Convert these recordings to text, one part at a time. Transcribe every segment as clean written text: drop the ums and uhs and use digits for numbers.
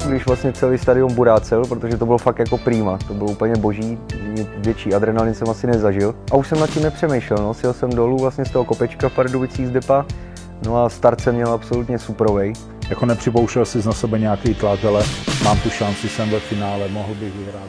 když vlastně celý stadion burácel, protože to bylo fakt jako prima, to bylo úplně boží, větší adrenalin jsem asi nezažil. A už jsem nad tím nepřemýšlel, no, sjel jsem dolů vlastně z toho kopečka v Pardubicích z depa, no a start jsem měl absolutně suprovej. Jako nepřipouštěl jsi na sebe nějaký tlak, ale mám tu šanci, jsem ve finále, mohl bych vyhrát.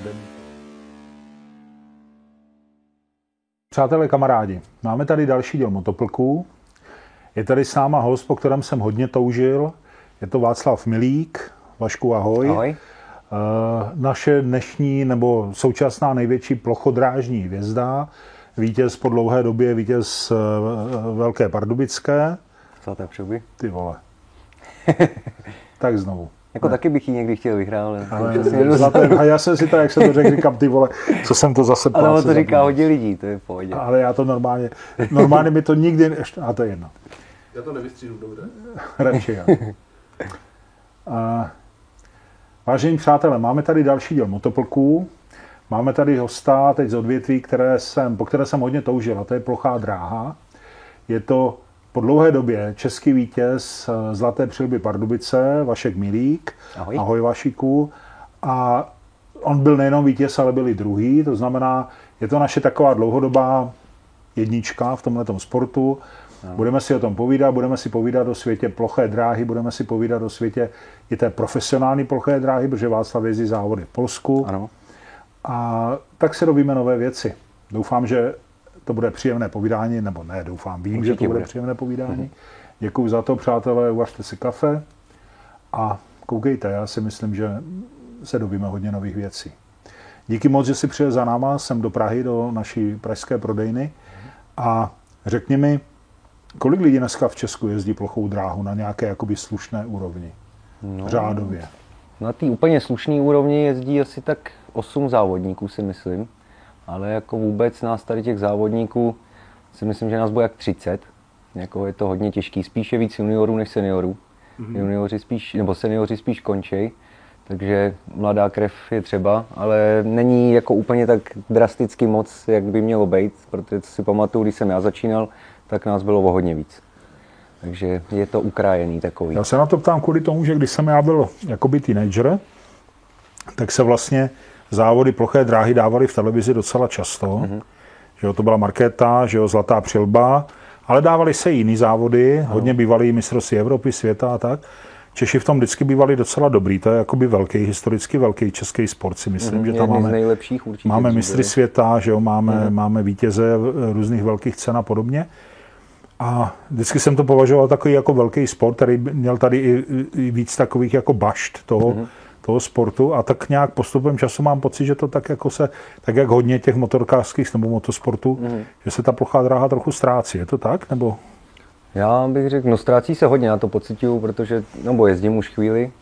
Přátelé, kamarádi, máme tady další díl Motoplků. Je tady s náma host, po kterém jsem hodně toužil. Je to Václav Milík. Vašku, ahoj. Ahoj. Naše dnešní nebo současná největší plochodrážní hvězda. Vítěz po dlouhé době, vítěz Velké Pardubické. Zlaté Přilby. Ty vole. Tak znovu. Jako taky bych ji někdy chtěl vyhrát, ale a já jsem si to, jak se to řekl, říkám, ty vole, co jsem to zase plácel. Ale to říká hodně lidí, to je v pohodě. Ale já to normálně mi to nikdy, a to je jedno. Já to nevystříhnu, dobře? Radši já. Vážení přátelé, máme tady další díl Motoplků. Máme tady hosta teď z odvětví, po které jsem hodně toužil, a to je plochá dráha. Je to po dlouhé době český vítěz Zlaté Přilby Pardubice, Vašek Milík. Ahoj. Ahoj Vašíku. A on byl nejenom vítěz, ale byl i druhý. To znamená, je to naše taková dlouhodobá jednička v tomhletom sportu. No. Budeme si o tom povídat, budeme si povídat o světě ploché dráhy, budeme si povídat o světě i té profesionální ploché dráhy, protože Václav jezdí závody v Polsku. Ano. A tak se dovíme nové věci. Doufám, že to bude příjemné povídání, nebo ne, doufám, vím, určitě že to bude příjemné povídání. Děkuji za to, přátelé, uvařte si kafe a koukejte, já si myslím, že se dovíme hodně nových věcí. Díky moc, že jsi přijel za náma sem do Prahy, do naší pražské prodejny a řekni mi, kolik lidí dneska v Česku jezdí plochou dráhu na nějaké jakoby slušné úrovni? No, řádově. Na té úplně slušné úrovni jezdí asi tak 8 závodníků, si myslím. Ale jako vůbec nás tady těch závodníků si myslím, že nás bude jak 30. Jako je to hodně těžký. Spíše víc juniorů než seniorů. Seniori spíš končej. Takže mladá krev je třeba, ale není jako úplně tak drasticky moc, jak by mělo být, protože si pamatuju, když jsem já začínal, tak nás bylo o hodně víc. Takže je to ukrájený takový. Já se na to ptám kvůli tomu, že když jsem já byl jakoby teenager, tak se vlastně závody ploché dráhy dávaly v televizi docela často. Mm-hmm. Že jo, to byla Markéta, že jo, Zlatá Přilba, ale dávaly se jiný závody, hodně bývalý mistrovství Evropy, světa a tak. Češi v tom vždycky bývali docela dobrý, to je jakoby historicky velký český sport, si myslím, že tam máme, nejlepších určitě máme mistry světa, že jo, máme vítěze různých velkých cen a podobně. A vždycky jsem to považoval takový jako velký sport, který měl tady i víc takových jako bašt toho sportu a tak nějak postupem času mám pocit, že to tak jako tak jak hodně těch motorkářských nebo motosportů, že se ta plochá dráha trochu ztrácí. Je to tak? Nebo? Já bych řekl, ztrácí se hodně, na to pocituju, protože, jezdím už chvíli,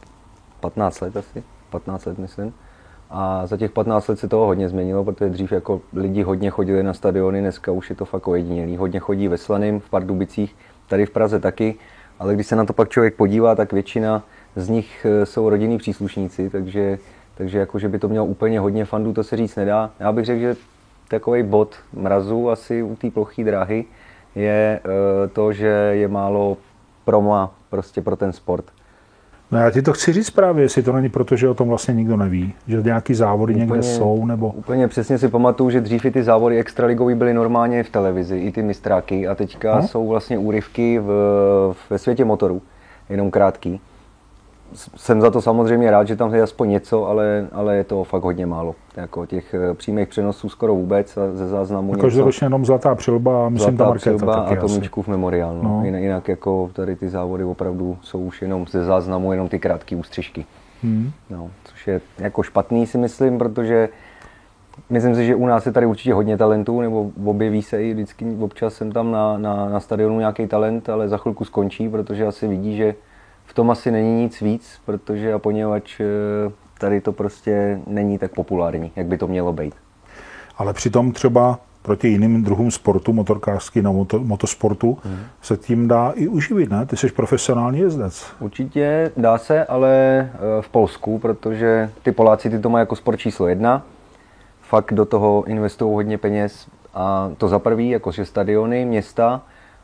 15 let asi, 15 let myslím. A za těch 15 let se toho hodně změnilo, protože dřív jako lidi hodně chodili na stadiony, dneska už je to fakt ojedinělý. Hodně chodí ve Slaném, v Pardubicích, tady v Praze taky, ale když se na to pak člověk podívá, tak většina z nich jsou rodinní příslušníci, takže jako, že by to mělo úplně hodně fandů, to se říct nedá. Já bych řekl, že takovej bod mrazu asi u té ploché dráhy je to, že je málo proma prostě pro ten sport. No já ti to chci říct právě, jestli to není proto, že o tom vlastně nikdo neví, že nějaký závody někde jsou, nebo... Úplně přesně si pamatuju, že dřív i ty závody extraligový byly normálně v televizi, i ty mistráky a teďka jsou vlastně úryvky ve světě motorů, jenom krátký. Jsem za to samozřejmě rád, že tam je aspoň něco, ale je to fakt hodně málo. Jako těch přímých přenosů skoro vůbec a ze záznamu něco. Každoročně jenom Zlatá Přilba a myslím ta Markéta taky a Tomíčkův memoriál. No. Jinak jako tady ty závody opravdu jsou už jenom ze záznamu, jenom ty krátké ústřižky. No, což je jako špatný, si myslím, protože myslím si, že u nás je tady určitě hodně talentů, nebo objeví se i vždycky občas jsem tam na stadionu nějaký talent, ale za chvilku skončí, protože asi vidí, že v tom asi není nic víc, protože a poněvadž tady to prostě není tak populární, jak by to mělo být. Ale přitom třeba proti jiným druhům sportu, motorkářský nebo motosportu, se tím dá i uživit, ne? Ty jsi profesionální jezdec. Určitě dá se, ale v Polsku, protože ty Poláci ty to mají jako sport číslo 1. Fakt do toho investují hodně peněz a to za prvý, jakože stadiony, města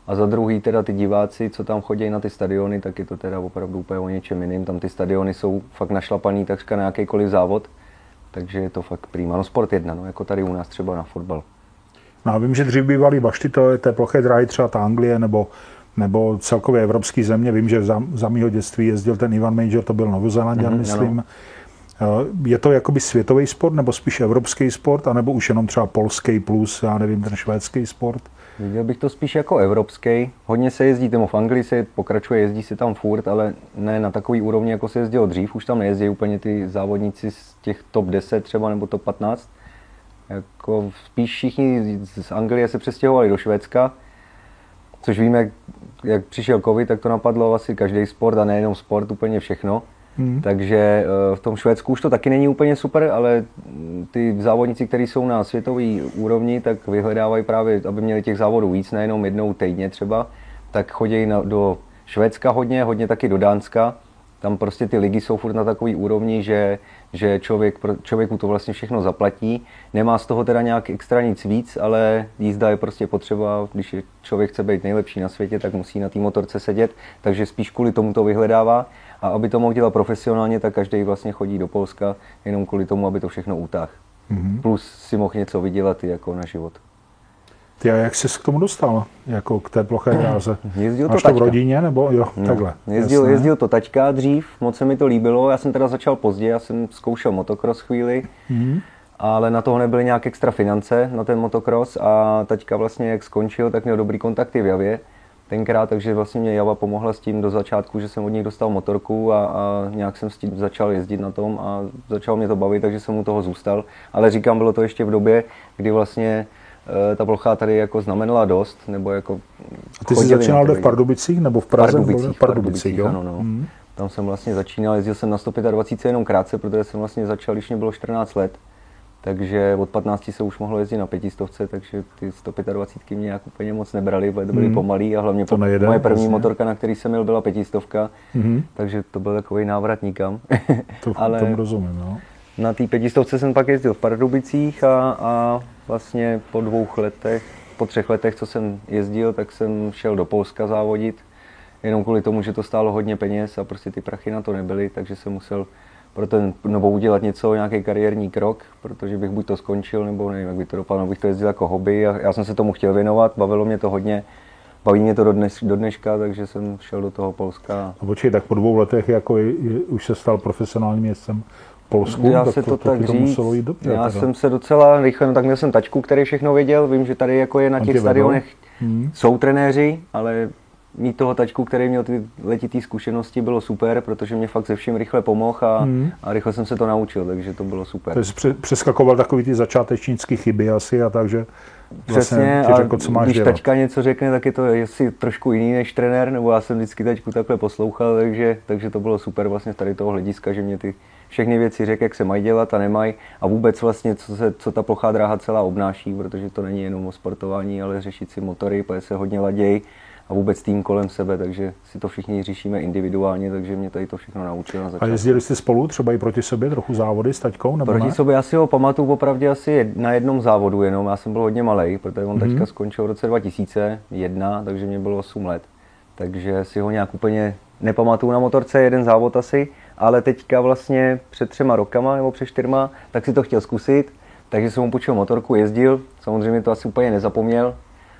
A za druhý teda ty diváci, co tam chodí na ty stadiony, tak je to teda opravdu úplně o něčem jiným. Tam ty stadiony jsou fakt našlapaný takřka na jakýkoliv závod, takže je to fakt prima. No sport 1, no, jako tady u nás třeba na fotbal. No a vím, že dřív bývaly bašty, té ploché dráhy, třeba ta Anglie nebo celkově evropský země. Vím, že za mýho dětství jezdil ten Ivan Major, to byl Novozélanďan, myslím. Ano. Je to jakoby světový sport, nebo spíš evropský sport, anebo už jenom třeba polský plus, já nevím, ten švédský sport? Viděl bych to spíš jako evropský. Hodně se jezdí, tomu v Anglii se pokračuje, jezdí se tam furt, ale ne na takový úrovni, jako se jezdilo dřív. Už tam nejezdí úplně ty závodníci z těch top 10 třeba, nebo top 15. Jako spíš všichni z Anglie se přestěhovali do Švédska, což víme, jak přišel covid, tak to napadlo asi každý sport a nejenom sport, úplně všechno. Takže v tom Švédsku už to taky není úplně super, ale ty závodníci, kteří jsou na světové úrovni, tak vyhledávají právě, aby měli těch závodů víc, nejenom jednou týdně třeba, tak chodí do Švédska hodně taky do Dánska. Tam prostě ty ligy jsou furt na takový úrovni, že člověku to vlastně všechno zaplatí. Nemá z toho teda nějak extra nic víc, ale jízda je prostě potřeba, když člověk chce být nejlepší na světě, tak musí na té motorce sedět, takže spíš kvůli tomu to vyhledává. A aby to mohl dělat profesionálně, tak každý vlastně chodí do Polska jenom kvůli tomu, aby to všechno utáhl. Plus si mohl něco vydělat i jako na život. Ty a jak jsi k tomu dostal, jako k té ploché dráze? Jezdil Máš to v rodině, nebo jo, takhle? Jezdil to taťka dřív, moc se mi to líbilo, já jsem teda začal pozdě, já jsem zkoušel motocross chvíli, ale na toho nebyly nějak extra finance, na ten motocross a taťka vlastně jak skončil, tak měl dobrý kontakty v Javě tenkrát, takže vlastně mě Java pomohla s tím do začátku, že jsem od nich dostal motorku a nějak jsem s tím začal jezdit na tom a začalo mě to bavit, takže jsem u toho zůstal, ale říkám, bylo to ještě v době, kdy vlastně ta plocha tady jako znamenala dost, nebo jako... A ty jsi začínal v Pardubicích, nebo v Praze? V Pardubicích, jo? Ano. Tam jsem vlastně začínal, jezdil jsem na 125 jenom krátce, protože jsem vlastně začal, když mě bylo 14 let. Takže od 15 se už mohlo jezdit na 500, takže ty 125 mě nějak úplně moc nebrali, protože to byly pomalý a hlavně moje první motorka, na který jsem měl, byla 500, takže to byl takový návrat nikam. Ale tomu rozumím, no. Na té 500 jsem pak jezdil v Pardubicích a vlastně po 3 letech, co jsem jezdil, tak jsem šel do Polska závodit, jenom kvůli tomu, že to stálo hodně peněz a prostě ty prachy na to nebyly, takže jsem musel nebo udělat něco, nějaký kariérní krok, protože bych buď to skončil, nebo nevím, jak by to dopadlo, bych to jezdil jako hobby a já jsem se tomu chtěl věnovat, bavilo mě to hodně, baví mě to do dneška, takže jsem šel do toho Polska. A počkej, tak po 2 letech jako už se stal profesionálním jezdcem v Polsku, já tak se to tak říct, dobře, já jsem se docela rychle, no tak měl jsem tačku, který všechno věděl, vím, že tady jako je na těch stadionech, jsou trenéři, ale mít toho tačku, který měl ty letitý zkušenosti, bylo super, protože mě fakt se vším rychle pomohl a rychle jsem se to naučil, takže to bylo super. Takže přeskakoval takový ty začátečnické chyby asi a takže přesně, vlastně ti řekl, co máš když dělat. tačka něco řekne, tak je to asi trošku jiný než trenér, nebo já jsem vždycky tačku takhle poslouchal, takže to bylo super vlastně tady toho hlediska, že mě ty všechny věci řekl, jak se mají dělat a nemají a vůbec vlastně, co ta plochá dráha celá obnáší, protože to není jenom o sportování, ale řešit si motory, protože se hodně ladějí a vůbec tým kolem sebe, takže si to všichni řešíme individuálně, takže mě tady to všechno naučil na začátku. A jezdili jste spolu třeba i proti sobě trochu závody s taťkou, nebo proti ne? sobě já si ho pamatuju opravdu asi na jednom závodu jenom, já jsem byl hodně malej, protože on taťka skončil v roce 2001, takže mě bylo 8 let. Takže si ho nějak úplně nepamatuju na motorce, jeden závod asi, ale teďka vlastně před 3 rokama nebo před 4, tak si to chtěl zkusit, takže jsem mu půjčil motorku, jezdil, samozřejmě to asi úplně nezapomněl,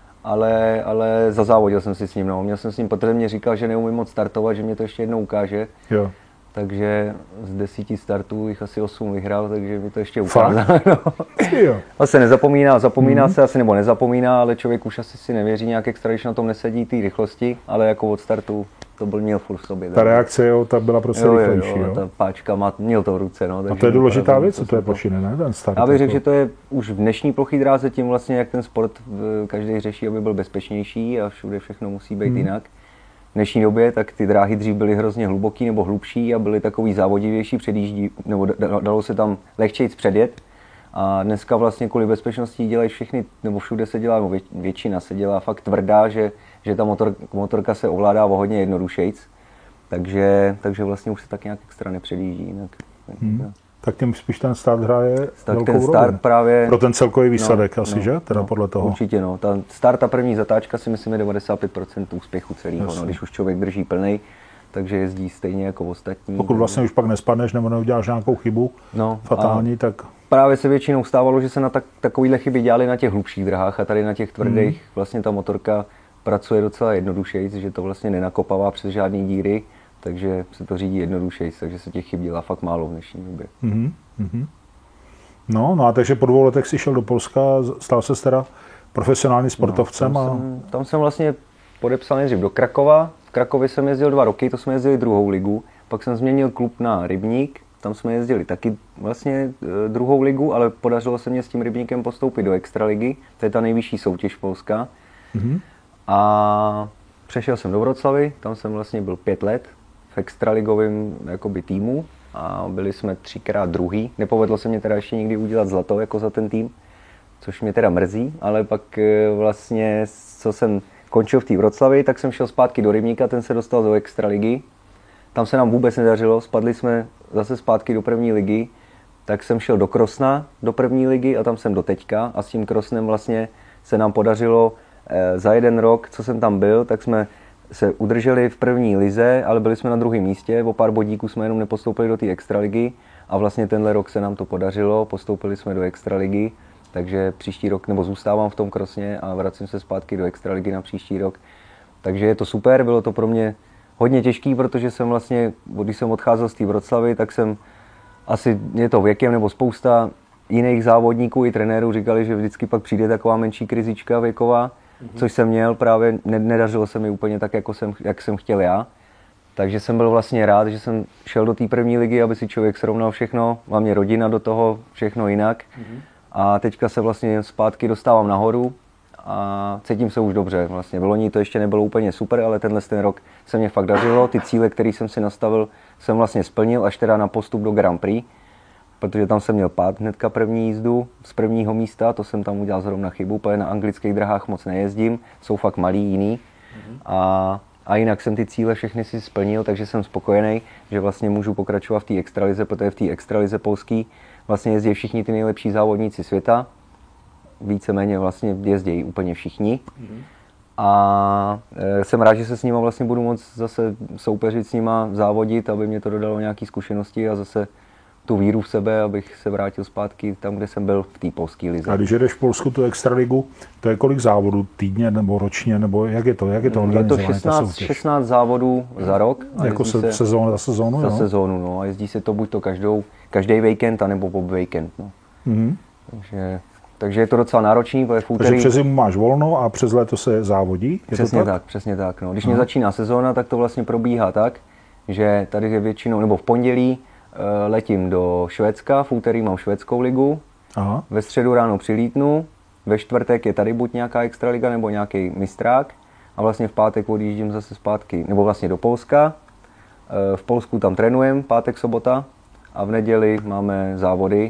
ale zazávodil jsem si s ním, no. Měl jsem s ním, protože mě říkal, že neumím moc startovat, že mě to ještě jednou ukáže. Jo. Takže z 10 startů jich asi 8 vyhrál, takže mi to ještě ukázal. No. Jo. Asi zapomíná se asi nebo nezapomíná, ale člověk už asi si nevěří nějak extra, když na tom nesedí té rychlosti, ale jako od startu to měl furt v sobě. Ta reakce, jo, ta byla prostě rychlejší, jo. Ta páčka měl to v ruce, no. A to je důležitá věc, co to je plošiny, ne? Ten start. Já bych řekl, že to je už v dnešní plochý dráze tím vlastně, jak ten sport každý řeší, aby byl bezpečnější a všude všechno musí být jinak. V dnešní době tak ty dráhy dřív byly hrozně hluboký nebo hlubší a byly takový závodivější, nebo dalo se tam lehčejc předjet. A dneska vlastně kvůli bezpečnosti dělají všechny, nebo všude se dělá, většina se dělá fakt tvrdá, že ta motorka se ovládá o hodně jednodušejc. Takže vlastně už se tak nějak extra nepředjíždí jinak. Tak tím spíš ten start hraje velkou ten start roli. právě Pro ten celkový výsledek asi, že? Teda podle toho. Určitě, no. Ta start a první zatáčka si myslím je 95% úspěchu celého, no, když už člověk drží plnej, takže jezdí stejně jako ostatní. Pokud vlastně už pak nespadneš nebo neuděláš nějakou chybu fatální, tak... Právě se většinou stávalo, že se na takovýhle chyby dělali na těch hlubších drahách a tady na těch tvrdých vlastně ta motorka pracuje docela jednodušeji, že to vlastně nenakopává přes žádný díry, takže se to řídí jednodušeji, takže se těch chyb dělá fakt málo v dnešní době. No a takže po 2 letech si šel do Polska, stal se teda profesionálním sportovcem. Tam jsem vlastně podepsal nejdřív do Krakova. V Krakově jsem jezdil 2 roky, to jsme jezdili 2. ligu. Pak jsem změnil klub na Rybník, tam jsme jezdili taky vlastně 2. ligu, ale podařilo se mě s tím Rybníkem postoupit do Extraligy, to je ta nejvyšší soutěž Polska. A přešel jsem do Wroclavy, tam jsem vlastně byl 5 let v extraligovém jakoby týmu a byli jsme 3krát druhý. Nepovedlo se mě teda ještě nikdy udělat zlato jako za ten tým, což mě teda mrzí, ale pak vlastně, co jsem končil v té Wroclavi, tak jsem šel zpátky do Rybníka, ten se dostal do Extraligy. Tam se nám vůbec nedařilo, spadli jsme zase zpátky do 1. ligy, tak jsem šel do Krosna, do 1. ligy a tam jsem do teďka a s tím Krosnem vlastně se nám podařilo za 1 rok, co jsem tam byl, tak jsme se udrželi v 1. lize, ale byli jsme na 2. místě, o pár bodíků jsme jenom nepostoupili do té Extraligy a vlastně tenhle rok se nám to podařilo, postoupili jsme do Extraligy, takže příští rok, nebo zůstávám v tom Krosně a vracím se zpátky do Extraligy na příští rok. Takže je to super, bylo to pro mě hodně těžký, protože jsem vlastně, když jsem odcházel z té Wroclavy, tak jsem asi, je to věkem, nebo spousta jiných závodníků i trenérů říkali, že vždycky pak přijde taková menší krizička věková, což jsem měl, právě nedařilo se mi úplně tak, jak jsem chtěl já. Takže jsem byl vlastně rád, že jsem šel do té 1. ligy, aby si člověk srovnal všechno, hlavně rodina do toho, všechno jinak. A teďka se vlastně zpátky dostávám nahoru a cítím se už dobře. Vlastně v loni to ještě nebylo úplně super, ale ten rok se mě fakt dařilo. Ty cíle, které jsem si nastavil, jsem vlastně splnil až teda na postup do Grand Prix, protože tam jsem měl pád hnedka první jízdu z 1. místa, to jsem tam udělal zrovna chybu, protože na anglických drahách moc nejezdím, jsou fakt malý jiný. A jinak jsem ty cíle všechny si splnil, takže jsem spokojený, že vlastně můžu pokračovat v té extralize, protože v té extralize polský vlastně jezdí všichni ty nejlepší závodníci světa. Víceméně vlastně jezdí úplně všichni. A jsem rád, že se s nima vlastně budu moct zase soupeřit s nima, závodit, aby mě to dodalo nějaké zkušenosti a zase tu víru v sebe, abych se vrátil zpátky tam, kde jsem byl v té polské lize. A když jedeš v Polsku tu extraligu, to je kolik závodů týdně nebo ročně, nebo jak je to? Jak je to organizované? Je to 16 závodů za rok. Jako sezónu za sezónu? Za sezónu, no. A jezdí se to buď to každý víkend, anebo po víkend, no. Takže je to docela náročný, protože v úterý... Takže přes zimu máš volno a přes léto se závodí? Přesně tak. No. Když mě začíná sezóna, tak to vlastně probíhá tak, že tady je většinou, nebo v pondělí letím do Švédska, v úterý mám švédskou ligu, ve středu ráno přilítnu, ve čtvrtek je tady buď nějaká extraliga nebo nějaký mistrák a vlastně v pátek odjíždím zase zpátky, nebo vlastně do Polska. V Polsku tam trénujem, pátek, sobota a v neděli máme závody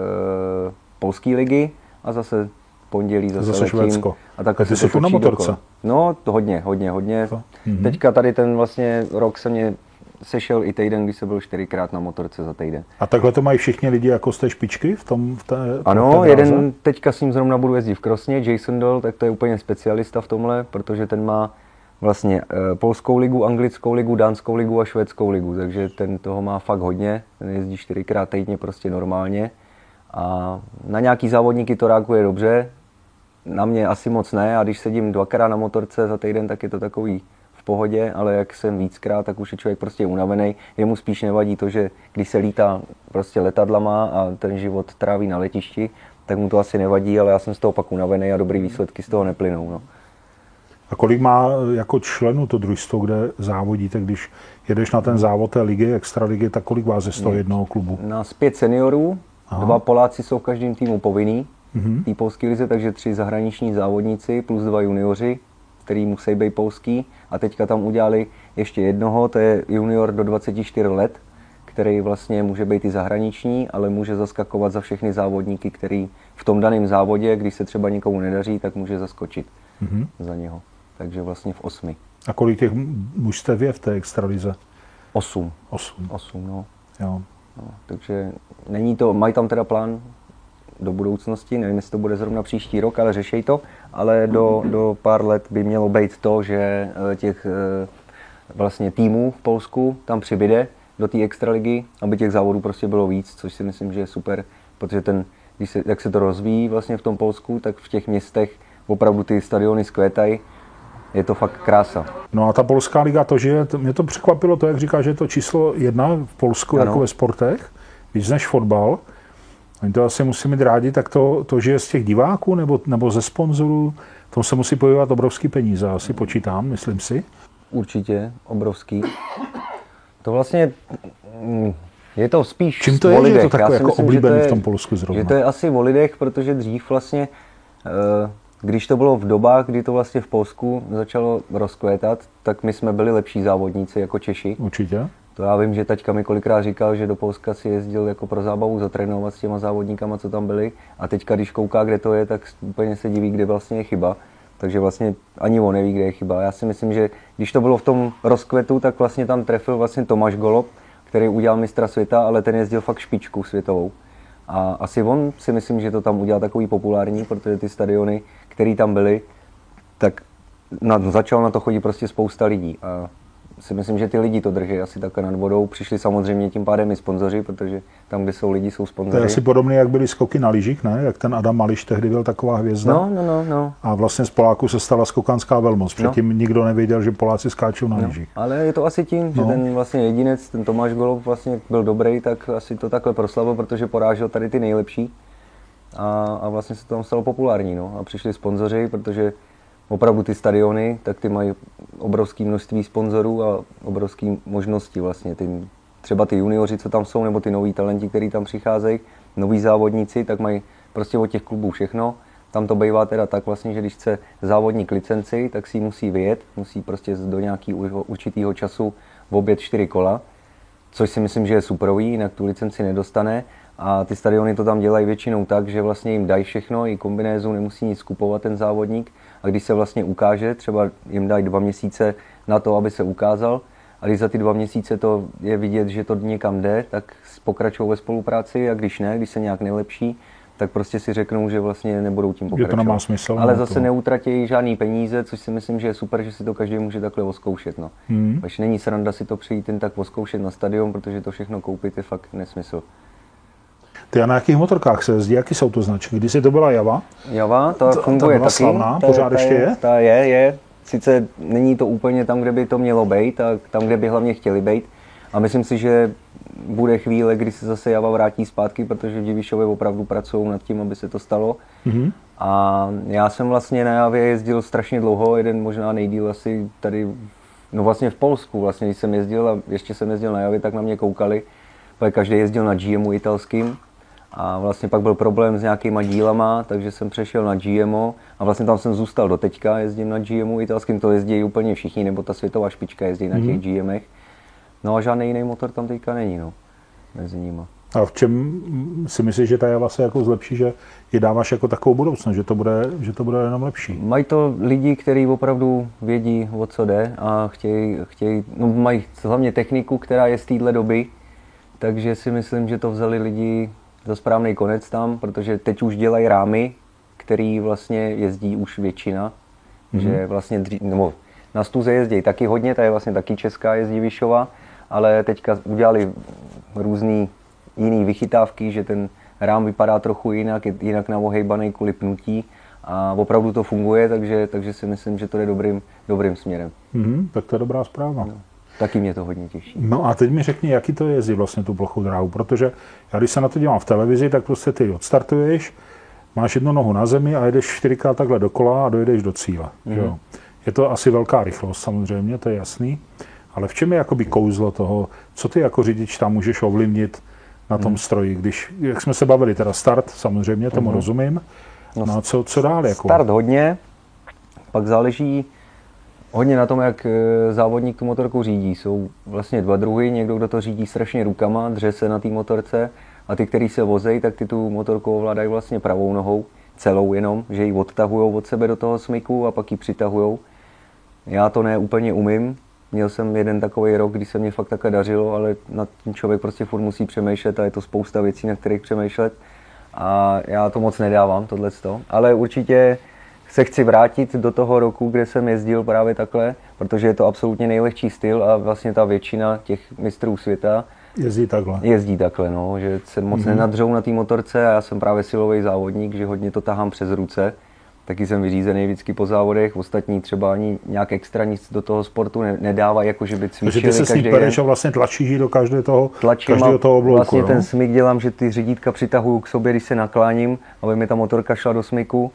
polské ligy a zase pondělí zase letím. Švédsko. A ty jsi tu na motorce? No, to hodně. Teďka tady ten vlastně rok se mě sešel i týden, když se byl 4krát na motorce za týden. A takhle to mají všichni lidi jako z té špičky v té Ano, jeden teďka s ním zrovna budu jezdit v Krosně, Jason Doll, tak to je úplně specialista v tomhle, protože ten má vlastně polskou ligu, anglickou ligu, dánskou ligu a švédskou ligu, takže ten toho má fakt hodně, ten jezdí 4krát týdně prostě normálně a na nějaký závodníky to reaguje dobře, na mě asi moc ne a když sedím 2krát na motorce za týden, tak je to takový v pohodě, ale jak jsem víckrát, tak už je člověk prostě unavený. Jemu spíš nevadí to, že když se lítá prostě letadlama a ten život tráví na letišti, tak mu to asi nevadí, ale já jsem z toho pak unavený a dobrý výsledky z toho neplynou. No. A kolik má jako členů to družstvo, kde závodíte, když jedeš na ten závod té ligy, extraligy, tak kolik vás je z toho jednoho klubu? Nás 5 seniorů, 2 Poláci jsou v každém týmu povinný, v té polské lize, takže 3 zahraniční závodníci plus 2 junioři, který musí být polský. A teďka tam udělali ještě jednoho, to je junior do 24 let, který vlastně může být i zahraniční, ale může zaskakovat za všechny závodníky, který v tom daném závodě, když se třeba nikomu nedaří, tak může zaskočit za něho. Takže vlastně v 8. A kolik těch mužstev je v té extralize? 8, no. Jo. No, takže není to, mají tam teda plán do budoucnosti, nevím, jestli to bude zrovna příští rok, ale řešej to, ale do pár let by mělo být to, že těch vlastně týmů v Polsku tam přibyde do té extraligy, aby těch závodů prostě bylo víc, což si myslím, že je super, protože jak se to rozvíjí vlastně v tom Polsku, tak v těch městech opravdu ty stadiony skvétají. Je to fakt krása. No a ta polská liga, mě to překvapilo to, jak říká, že je to číslo 1 v Polsku, ano, jako ve sportech, víc než fotbal. Oni to asi musí mít rádi, tak to žije z těch diváků nebo ze sponzorů, tom se musí pojevovat obrovský peníze, asi počítám, myslím si. Určitě, obrovský. To vlastně je to spíš čím to je, že je to takové jako oblíbený v tom Polsku zrovna? Že to je asi o lidech, protože dřív vlastně, když to bylo v dobách, kdy to vlastně v Polsku začalo rozkvétat, tak my jsme byli lepší závodníci jako Češi. Určitě. To já vím, že taťka mi kolikrát říkal, že do Polska si jezdil jako pro zábavu zatrénovat s těma závodníkama, co tam byli. A teďka, když kouká, kde to je, tak úplně se diví, kde vlastně je chyba. Takže vlastně ani on neví, kde je chyba. Já si myslím, že když to bylo v tom rozkvetu, tak vlastně tam trefil vlastně Tomáš Golob, který udělal mistra světa, ale ten jezdil fakt špičku světovou. A asi on si myslím, že to tam udělal takový populární, protože ty stadiony, které tam byly, tak začalo na to chodit prostě spousta lidí. A si myslím, že ty lidi to drží asi takhle nad vodou. Přišli samozřejmě tím pádem i sponzoři, protože tam, kde jsou lidi, jsou sponzoři. To je asi podobné, jak byly skoky na lyžích, ne? Jak ten Adam Mališ tehdy byl taková hvězda. No. A vlastně z Poláků se stala skokanská velmoc. Předtím nikdo nevěděl, že Poláci skáčou na lyžích. Ale je to asi tím, že ten vlastně jedinec, ten Tomáš Golob vlastně byl dobrý, tak asi to takhle proslavil, protože porážel tady ty nejlepší. A vlastně se to tam stalo populární. No. A přišli sponzoři, protože opravdu ty stadiony, tak ty mají obrovské množství sponzorů a obrovské možnosti vlastně. Třeba ty junioři, co tam jsou, nebo ty noví talenti, kteří tam přicházejí, noví závodníci, tak mají prostě od těch klubů všechno. Tam to bývá teda tak vlastně, že když chce závodník licenci, tak si ji musí vyjet, musí prostě do nějakého určitého času objet 4 kola, což si myslím, že je superový, jinak tu licenci nedostane. A ty stadiony to tam dělají většinou tak, že vlastně jim dají všechno, i kombinézu, nemusí nic kupovat ten závodník. A když se vlastně ukáže, třeba jim dají 2 měsíce na to, aby se ukázal, a když za ty 2 měsíce to je vidět, že to někam jde, tak pokračují ve spolupráci, a když ne, když se nějak nelepší, tak prostě si řeknou, že vlastně nebudou tím pokračovat. Že to nemá smysl. Ale zase neutratí žádný peníze, což si myslím, že je super, že si to každý může takhle oskoušet. No. Až není sranda si to přijít jen tak oskoušet na stadion, protože to všechno koupit je fakt nesmysl. Ty a na jakých motorkách se jezdí? Jaký jsou to značky? Když to byla Java? Java, ta funguje taky. Slavná, pořád ještě je? Ta je. Sice není to úplně tam, kde by to mělo být, a tam, kde by hlavně chtěli být. A myslím si, že bude chvíle, kdy se zase Java vrátí zpátky, protože v Divišově opravdu pracují nad tím, aby se to stalo. Mm-hmm. A já jsem vlastně na Javě jezdil strašně dlouho, jeden možná nejdýl asi tady, no vlastně v Polsku, vlastně když jsem jezdil a ještě jsem jezdil na Javě, tak na mě koukali, protože každý jezdil na GMu italským. A vlastně pak byl problém s nějakýma dílama, takže jsem přešel na GMO a vlastně tam jsem zůstal do teďka, jezdím na GMu italským, to jezdí úplně všichni, nebo ta světová špička jezdí na těch GMech. No a žádný jiný motor tam teďka není, no, mezi nima. A v čem si myslíš, že ta Java se jako zlepší, že ji dáváš jako takovou budoucnost, že to bude jenom lepší? Mají to lidi, kteří opravdu vědí, o co jde a chtějí, no mají hlavně techniku, která je z téhle doby, takže si myslím, že to vzali lidi za správný konec tam, protože teď už dělají rámy, který vlastně jezdí už většina, že vlastně nebo na Stuze jezdí taky hodně, ta je vlastně taky česká, jezdí Divišova, ale teďka udělali různý jiný vychytávky, že ten rám vypadá trochu jinak, je jinak naohejbaný kvůli pnutí a opravdu to funguje, takže si myslím, že to jde dobrým směrem. Tak to je dobrá zpráva. No. Taky mě to hodně těší. No a teď mi řekni, jaký to jezdí vlastně tu plochou dráhu, protože já když se na to dívám v televizi, tak prostě ty odstartuješ, máš jednu nohu na zemi a jedeš 4krát takhle dokola a dojedeš do cíle. Jo. Je to asi velká rychlost samozřejmě, to je jasný, ale v čem je jakoby kouzlo toho, co ty jako řidič tam můžeš ovlivnit na tom stroji, když, jak jsme se bavili, teda start samozřejmě, tomu rozumím, no a co dál? Jako? Start hodně, pak záleží hodně na tom, jak závodník tu motorku řídí. Jsou vlastně 2 druhy, někdo, kdo to řídí strašně rukama, dře se na té motorce a ty, kteří se vozejí, tak ty tu motorku ovládají vlastně pravou nohou, celou jenom, že ji odtahujou od sebe do toho smyku a pak ji přitahujou. Já to ne úplně umím, měl jsem jeden takový rok, kdy se mě fakt takhle dařilo, ale nad tím člověk prostě furt musí přemýšlet a je to spousta věcí, na kterých přemýšlet. A já to moc nedávám, tohleto. Ale určitě se chci vrátit do toho roku, kde jsem jezdil právě takhle, protože je to absolutně nejlehčí styl a vlastně ta většina těch mistrů světa Jezdí takhle, no, že se moc nenadřou na té motorce a já jsem právě silový závodník, že hodně to tahám přes ruce. Taky jsem vyřízený vždycky po závodech, ostatní třeba ani nějak extra nic do toho sportu nedávají, jako že by cvičili každý den. Takže ty se s ním pereš a vlastně tlačíš do každého toho oblouku. Vlastně no? Ten smyk dělám, že ty řídítka přitahuju k sobě, když se nakláním, aby mi ta motorka šla do smyku.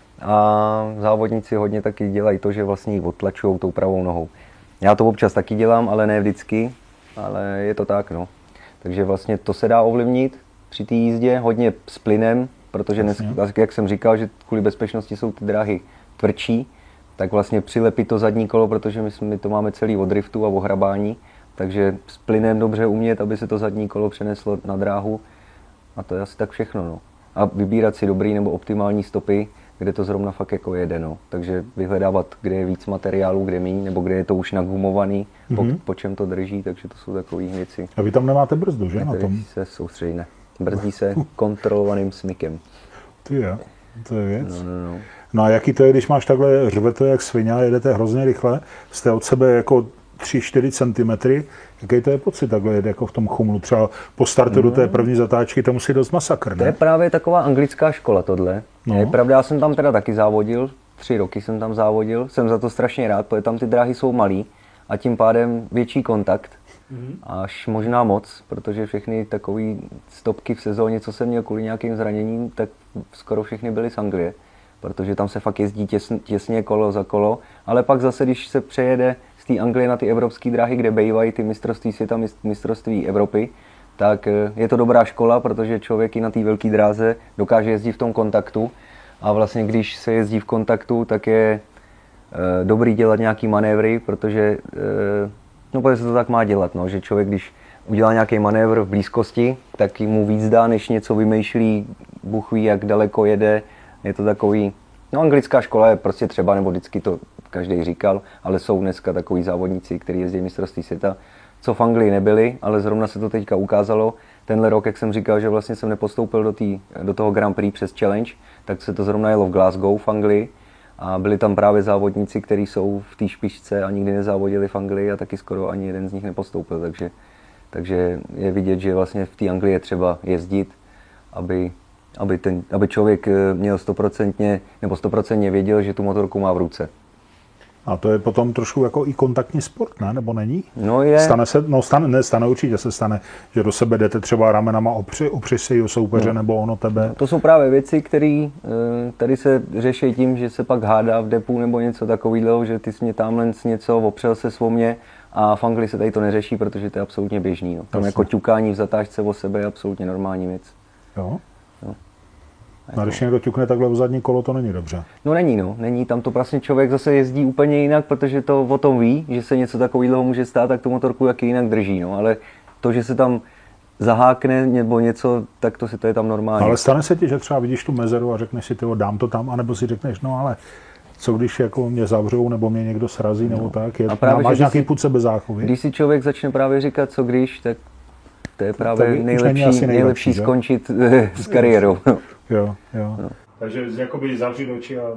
A závodníci hodně taky dělají to, že vlastně ji odtlačujou tou pravou nohou. Já to občas taky dělám, ale ne vždycky, ale je to tak, no. Takže vlastně to se dá ovlivnit při té jízdě, hodně s plynem, protože dnes, jak jsem říkal, že kvůli bezpečnosti jsou ty dráhy tvrdší, tak vlastně přilepit to zadní kolo, protože my to máme celý od driftu a o hrabání, takže s plynem dobře umět, aby se to zadní kolo přeneslo na dráhu a to je asi tak všechno, no. A vybírat si dobrý nebo optimální stopy, kde to zrovna fakt jako jede, no. Takže vyhledávat, kde je víc materiálu, kde míň, nebo kde je to už nagumovaný, po čem to drží, takže to jsou takové věci. A vy tam nemáte brzdu, že? Na tom se soustředí, ne. Brzdí se kontrolovaným smykem. To je věc. No. No a jaký to je, když máš takhle, řvete jak svině, jedete hrozně rychle, jste od sebe jako 3-4 cm, jaký to je pocit takhle jet jako v tom chumlu, třeba po startu do té první zatáčky, to musí dost masakr, ne? To je právě taková anglická škola tohle. No. Je pravda, já jsem tam teda taky závodil, 3 roky jsem tam závodil, jsem za to strašně rád, protože tam ty dráhy jsou malý a tím pádem větší kontakt, až možná moc, protože všechny takové stopky v sezóně, co jsem měl kvůli nějakým zraněním, tak skoro všechny byly z Anglie, protože tam se fakt jezdí těsně kolo za kolo, ale pak zase, když se přejede z té Anglie na ty evropské dráhy, kde bývají ty mistrovství světa, mistrovství Evropy, tak je to dobrá škola, protože člověk i na té velké dráze dokáže jezdit v tom kontaktu a vlastně když se jezdí v kontaktu, tak je dobrý dělat nějaký manévry, protože se to tak má dělat, no, že člověk, když udělá nějaký manévr v blízkosti, tak mu víc dá, než něco vymýšlí, Bůh ví, jak daleko jede, je to takový, anglická škola je prostě třeba, nebo vždycky to každý říkal, ale jsou dneska takový závodníci, kteří jezdí mistrovství světa, co v Anglii nebyli, ale zrovna se to teďka ukázalo. Tenhle rok, jak jsem říkal, že vlastně jsem nepostoupil do toho Grand Prix přes Challenge, tak se to zrovna jelo v Glasgow v Anglii a byli tam právě závodníci, kteří jsou v té špičce a nikdy nezávodili v Anglii a taky skoro ani jeden z nich nepostoupil, takže je vidět, že vlastně v té Anglii je třeba jezdit, aby člověk měl 100% věděl, že tu motorku má v ruce. A to je potom trošku jako i kontaktní sport, ne? Nebo není? No je. Stane určitě se stane, že do sebe jdete třeba ramenama opři si o soupeře nebo on o tebe. No, to jsou právě věci, které tady se řeší tím, že se pak hádá v depu nebo něco takového, že ty jsi mě tamhle něco opřel se o mě a v Anglii se tady to neřeší, protože to je absolutně běžný. No. Tam jako ťukání v zatáčce o sebe je absolutně normální věc. Jo? A když někdo ťukne takhle v zadní kolo, to není dobře. No není, tam to vlastně člověk zase jezdí úplně jinak, protože to o tom ví, že se něco takového může stát, tak tu motorku jaký jinak drží, no, ale to, že se tam zahákne nebo něco, tak to je tam normální. Ale stane se ti, že třeba vidíš tu mezeru a řekneš si, dám to tam, anebo si řekneš, ale co když jako mě zavřou, nebo mě někdo srazí, nebo tak, máš nějaký pud sebezáchovy. Když si člověk začne právě říkat, co když, tak to je právě nejlepší skončit s kariérou. Jo. No. Takže jakoby zavřít oči a...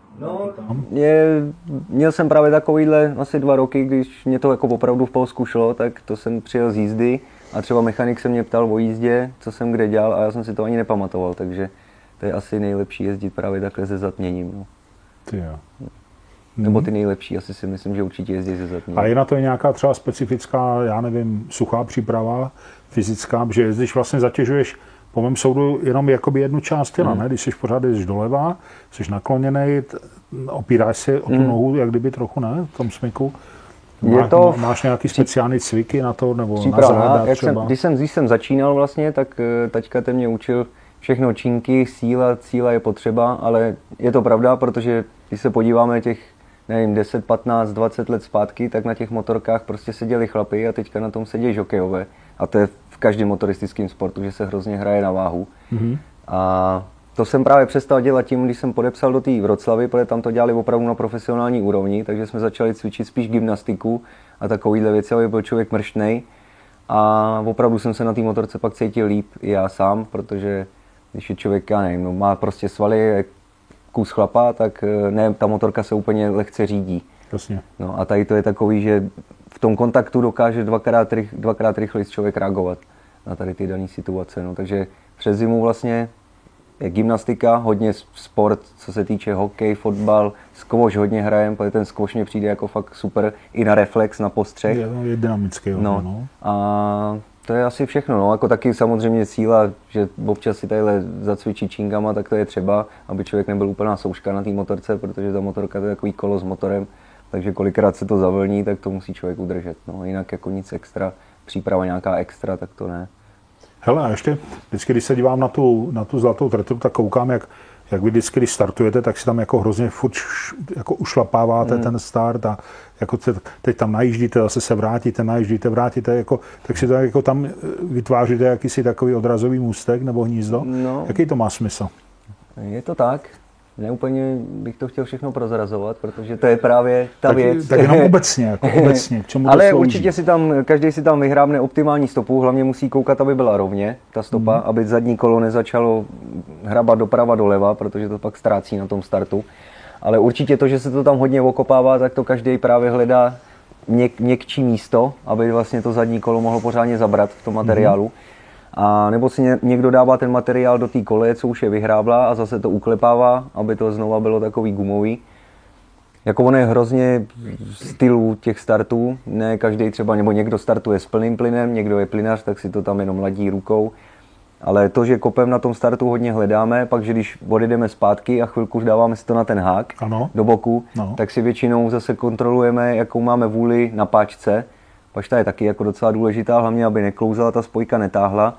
Měl jsem právě takovýhle asi 2 roky, když mě to jako opravdu v Polsku šlo, tak to jsem přijel z jízdy a třeba mechanik se mě ptal o jízdě, co jsem kde dělal a já jsem si to ani nepamatoval, takže to je asi nejlepší jezdit právě takhle se zatměním. No. Ty jo. Nebo ty nejlepší, asi si myslím, že určitě jezdí se zatměním. A je na to nějaká třeba specifická, suchá příprava fyzická, že jezdíš vlastně zatěžuješ po mém soudu jenom jakoby jednu část těla, ne? Když jsi pořád jdeš doleva, jsi nakloněný, opíráš se o tu nohu, jak kdyby trochu, ne? V tom smyku. Máš nějaký speciální cviky na to, nebo na záda třeba? Když jsem začínal vlastně, tak taťka te mě učil všechno činky, síla je potřeba, ale je to pravda, protože když se podíváme těch, 10, 15, 20 let zpátky, tak na těch motorkách prostě seděli chlapi a teďka na tom sedí žokejové. A to je v každém motoristickém sportu, že se hrozně hraje na váhu. A To jsem právě přestal dělat tím, když jsem podepsal do té Wroclavy, protože tam to dělali opravdu na profesionální úrovni, takže jsme začali cvičit spíš gymnastiku a takovýhle věci, aby byl člověk mrštnej. A opravdu jsem se na té motorce pak cítil líp i já sám, protože když je člověk, já nevím, no, má prostě svaly, kus chlapa, tak ne, ta motorka se úplně lehce řídí. Jasně. No a tady to je takový, že v tom kontaktu dokáže dvakrát rychleji člověk reagovat na tady ty dané situace. No, takže přes zimu vlastně je gymnastika, hodně sport, co se týče hokej, fotbal, squash hodně hrajem, protože ten squash mě přijde jako fakt super i na reflex, na postřeh. Je dynamický. No. A to je asi všechno, no, jako taky samozřejmě síla, že občas si tadyhle zacvičí čingama, tak to je třeba, aby člověk nebyl úplná souška na té motorce, protože ta motorka to je takový kolo s motorem, takže kolikrát se to zavlní, tak to musí člověk udržet, no, jinak jako nic extra, příprava nějaká extra, tak to ne. Hele, a ještě vždycky, když se dívám na tu zlatou tratu, tak koukám, jak vy vždycky, když startujete, tak si tam jako hrozně furt jako ušlapáváte ten start a jako teď tam najíždíte, zase se vrátíte, najíždíte, vrátíte, jako, tak si to jako tam vytváříte jakýsi takový odrazový můstek nebo hnízdo. No. Jaký to má smysl? Je to tak. Neúplně bych to chtěl všechno prozrazovat, protože to je právě ta věc. Tak jenom obecně, jako obecně, k čemu ale to slouží? Určitě každý si tam vyhrábne optimální stopu, hlavně musí koukat, aby byla rovně ta stopa, aby zadní kolo nezačalo hrabat doprava doleva, protože to pak ztrácí na tom startu. Ale určitě to, že se to tam hodně okopává, tak to každý právě hledá měkčí místo, aby vlastně to zadní kolo mohlo pořádně zabrat v tom materiálu. A nebo si někdo dává ten materiál do té koleje, co už je vyhrábla a zase to uklepává, aby to znova bylo takový gumový. Jako ono je hrozně stylů těch startů, ne každý třeba, nebo někdo startuje s plným plynem, někdo je plynař, tak si to tam jenom ladí rukou. Ale to, že kopem na tom startu hodně hledáme, pak, že když odjedeme zpátky a chvilku už dáváme si to na ten hák do boku, tak si většinou zase kontrolujeme, jakou máme vůli na páčce. Pašta je taky jako docela důležitá, hlavně aby neklouzala, ta spojka netáhla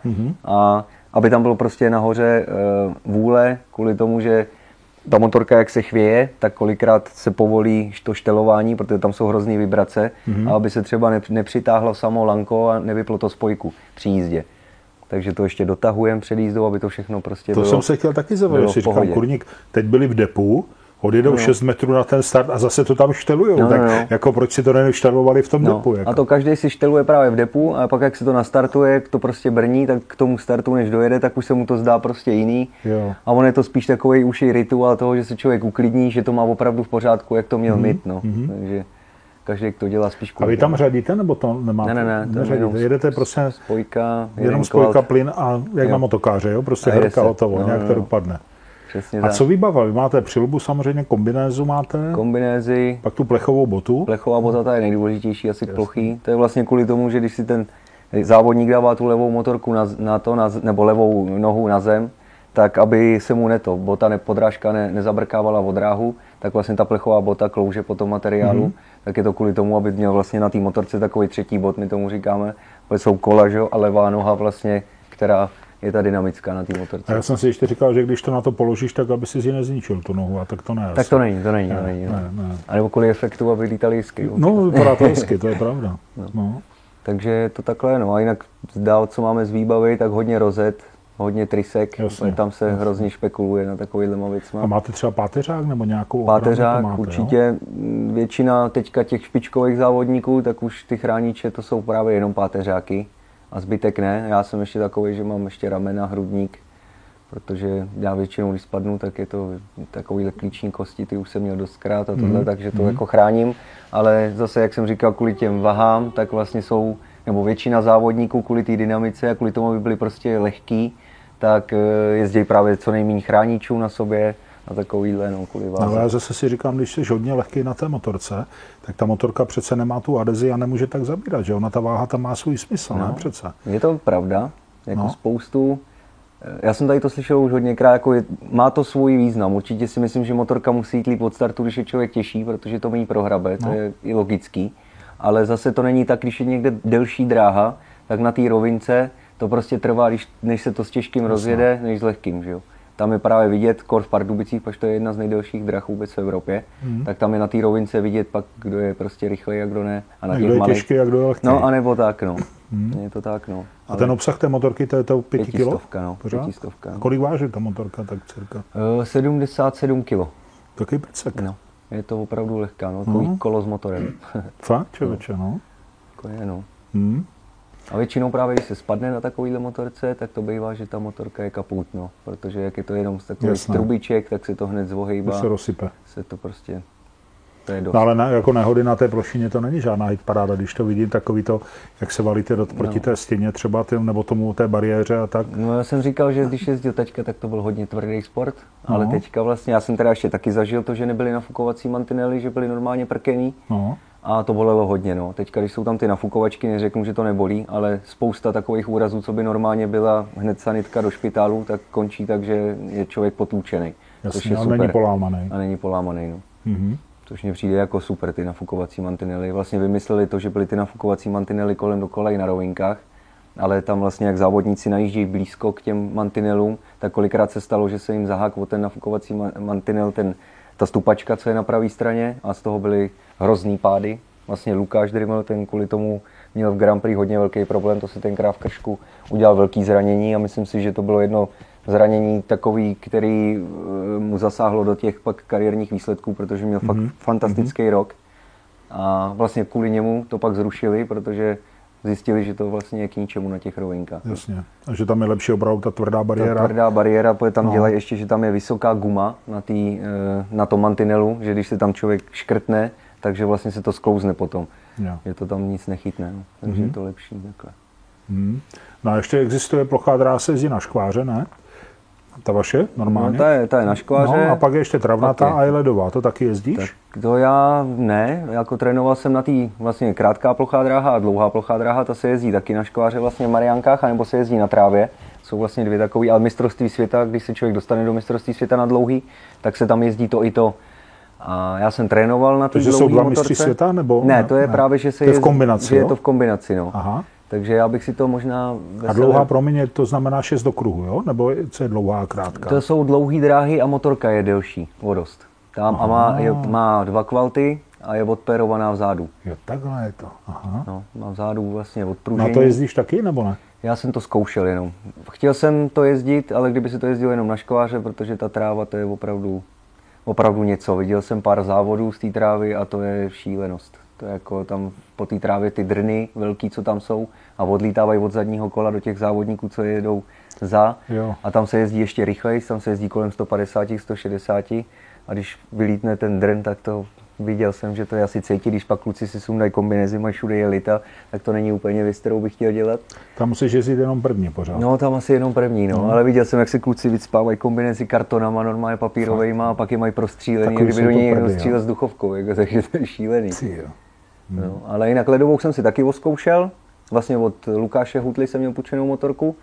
a aby tam bylo prostě nahoře vůle kvůli tomu, že ta motorka jak se chvěje, tak kolikrát se povolí to štelování, protože tam jsou hrozný vibrace a aby se třeba nepřitáhlo samo lanko a nevyplo to spojku při jízdě. Takže to ještě dotahujeme před jízdou, aby to všechno prostě bylo. To jsem se chtěl taky zavědět, si říkám, kurník, teď byli v depu, odjedou 6 metrů na ten start a zase to tam štelujou. Tak jako proč si to nevyštelovali v tom depu? Jako? A to každý si šteluje právě v depu a pak jak se to nastartuje, to prostě brní, tak k tomu startu než dojede, tak už se mu to zdá prostě jiný. Jo. A on je to spíš takový už i rituál toho, že se člověk uklidní, že to má opravdu v pořádku, jak to měl mít. No. Takže každý to dělá spíš kvůli. A vy tam řadíte, nebo to nemáte? Ne, neřadíte. Jedete prostě spojka, spojka, plyn a jak na motokáře, jo? Prostě hrka hotovo, nějak to dopadne. A co výbava? Vy máte přilbu samozřejmě, kombinézu máte? Kombinézy. Pak tu plechovou botu. Plechová bota, ta je nejdůležitější, asi plochý. To je vlastně kvůli tomu, že když si ten závodník dává tu levou motorku nebo levou nohu na zem, tak aby se mu podrážka nezabrkávala o dráhu, tak vlastně ta plechová bota klouže po tom materiálu, tak je to kvůli tomu, aby měl vlastně na té motorce takový třetí bod, my tomu říkáme, protože jsou kola, že? A levá noha vlastně, která je ta dynamická na té motorce. A já jsem si ještě říkal, že když to na to položíš, tak aby si ji nezničil tu nohu, a tak to ne. Tak to není. A nebo kvůli efektu, aby lítali hezky. No, vypadá to hezky, to je pravda. No. Takže to takhle, no a jinak dál, co máme z výbavy, tak hodně rozet, hodně trysek, tam se hrozně špekuluje na takovýhlema věcma. A máte třeba páteřák nebo nějakou páteřák, máte, určitě. Jo? Většina teďka těch špičkových závodníků, tak už ty chrániče, to jsou právě jenom páteřáky. A zbytek ne. Já jsem ještě takový, že mám ještě ramena, hrudník, protože já většinou, když spadnu, tak je to takovýhle klíční kosti, ty už jsem měl dostkrát a tohle, takže to jako chráním. Ale zase, jak jsem říkal, kvůli těm vahám, tak vlastně jsou, nebo většina závodníků kvůli té dynamice a kvůli tomu, aby byli prostě lehký, tak jezdí právě co nejméně chráničů na sobě a takovýhle, no, kvůli váze. Ale já zase si říkám, když jsi hodně lehký na té motorce, tak ta motorka přece nemá tu adezi a nemůže tak zabírat, že ona ta váha tam má svůj smysl, ne přece? Je to pravda, jako spoustu. Já jsem tady to slyšel už hodněkrát, jako má to svůj význam. Určitě si myslím, že motorka musí jít líp od startu, když je člověk těžší, protože to méně prohrabe, to je i logický. Ale zase to není tak, když je někde delší dráha, tak na té rovince to prostě trvá, než se to s těžkým rozjede, než s lehkým, že jo. tam je právě vidět, kor v Pardubicích, protože to je jedna z nejdelších drah vůbec v Evropě, tak tam je na té rovince vidět pak, kdo je prostě rychlej a kdo ne. A na kdo je těžký a kdo je lehký. No, anebo tak, no. Je to tak, no. A ten obsah té motorky, to je to 5 kg? 500, no. 500. A kolik váží ta motorka, tak cirka? 77 kg. Taky prcek. No, je to opravdu lehká, no. Takový kolo s motorem. Fakt, člověče, no. Jako je, no. A většinou právě, když se spadne na takovýhle motorce, tak to bývá, že ta motorka je kaput, no. Protože jak je to jenom z takových trubiček, tak se to hned zvohejbá. Se rozsype. Se to prostě, to je dost. No, ale jako nehody na té plošině to není žádná hitparáda, když to vidím takový to, jak se valíte proti té stěně třeba, nebo tomu té bariéře a tak. No, já jsem říkal, že když jezdil teďka, tak to byl hodně tvrdý sport, ale teďka vlastně, já jsem teda ještě taky zažil to, že nebyly nafukovací mantinely, že byly normálně prkený. A to bolelo hodně, no. Teďka, když jsou tam ty nafukovačky, neřeknu, že to nebolí, ale spousta takových úrazů, co by normálně byla hned sanitka do špitálu, tak končí tak, že je člověk potlučený. Jasně, je super. Není polámaný. A není polámaný, no. Což mně přijde jako super, ty nafukovací mantinely. Vlastně vymysleli to, že byly ty nafukovací mantinely kolem dokola i na rovinkách, ale tam vlastně, jak závodníci najíždějí blízko k těm mantinelům, tak kolikrát se stalo, že se jim zahák o ten nafukovací mantinel, ta stupačka, co je na pravé straně, a z toho byly hrozný pády. Vlastně Lukáš Dryml, ten kvůli tomu měl v Grand Prix hodně velký problém, to se tenkrát v kršku udělal velký zranění a myslím si, že to bylo jedno zranění takový, který mu zasáhlo do těch pak kariérních výsledků, protože měl fakt fantastický rok. A vlastně kvůli němu to pak zrušili, protože zjistili, že to vlastně je k ničemu na těch rovinkách. Jasně. A že tam je lepší opravdu ta tvrdá bariéra. Ta tvrdá bariéra, protože tam dělají ještě, že tam je vysoká guma na tom mantinelu, že když se tam člověk škrtne, takže vlastně se to sklouzne potom. Že to tam nic nechytne. No. Takže je to lepší takhle. No a ještě existuje plochá dráha, se jezdí na škváře, ne? Ta vaše, normálně? No, ta je na škváře. No a pak je ještě travnatá a je ledová, to taky jezdíš? Tak to já ne, jako trénoval jsem na té vlastně krátká plochá dráha a dlouhá plochá dráha, ta se jezdí taky na škváře vlastně v Mariánkách, anebo se jezdí na trávě. Jsou vlastně dvě takové, ale mistrovství světa, když se člověk dostane do mistrovství světa na dlouhý, tak se tam jezdí to i to. A já jsem trénoval na té dlouhé motorce. Takže jsou dva mistři světa, nebo? Ne, to je právě, že se jezdí, v kombinaci, že je to v kombinaci, no. Aha. Takže já bych si to možná A dlouhá, promiň, to znamená 6 do kruhu, jo? Nebo co je dlouhá a krátká? To jsou dlouhé dráhy a motorka je delší o dost. Tam a má 2 kvalty a je odperovaná vzadu. Jo, takhle je to. Aha. No, má vzadu vlastně odpružení. Na to jezdíš taky, nebo ne? Já jsem to zkoušel jenom. Chtěl jsem to jezdit, ale kdyby se to jezdilo jenom na škváře, protože ta tráva to je opravdu něco. Viděl jsem pár závodů z té trávy a to je šílenost. To je jako tam po té trávě ty drny velký, co tam jsou a odlítávají od zadního kola do těch závodníků, co jedou za. Jo. A tam se jezdí ještě rychleji, tam se jezdí kolem 150, 160 a když vylítne ten drn, tak to viděl jsem, že to je asi cítit, když pak kluci si sundají kombinézy, mají všude je lita, tak to není úplně věc, kterou bych chtěl dělat. Tam musíš jezdit jenom první pořád. No, tam asi jenom první, no. Ale viděl jsem, jak se kluci vycpávají kombinézy kartonama, normálně papírovejma a pak je mají prostřílený, jak kdyby do něj rozstřílel s duchovkou, jako, takže to je šílený. No, ale jinak ledovou jsem si taky oskoušel, vlastně od Lukáše Hutly jsem měl půjčenou motorku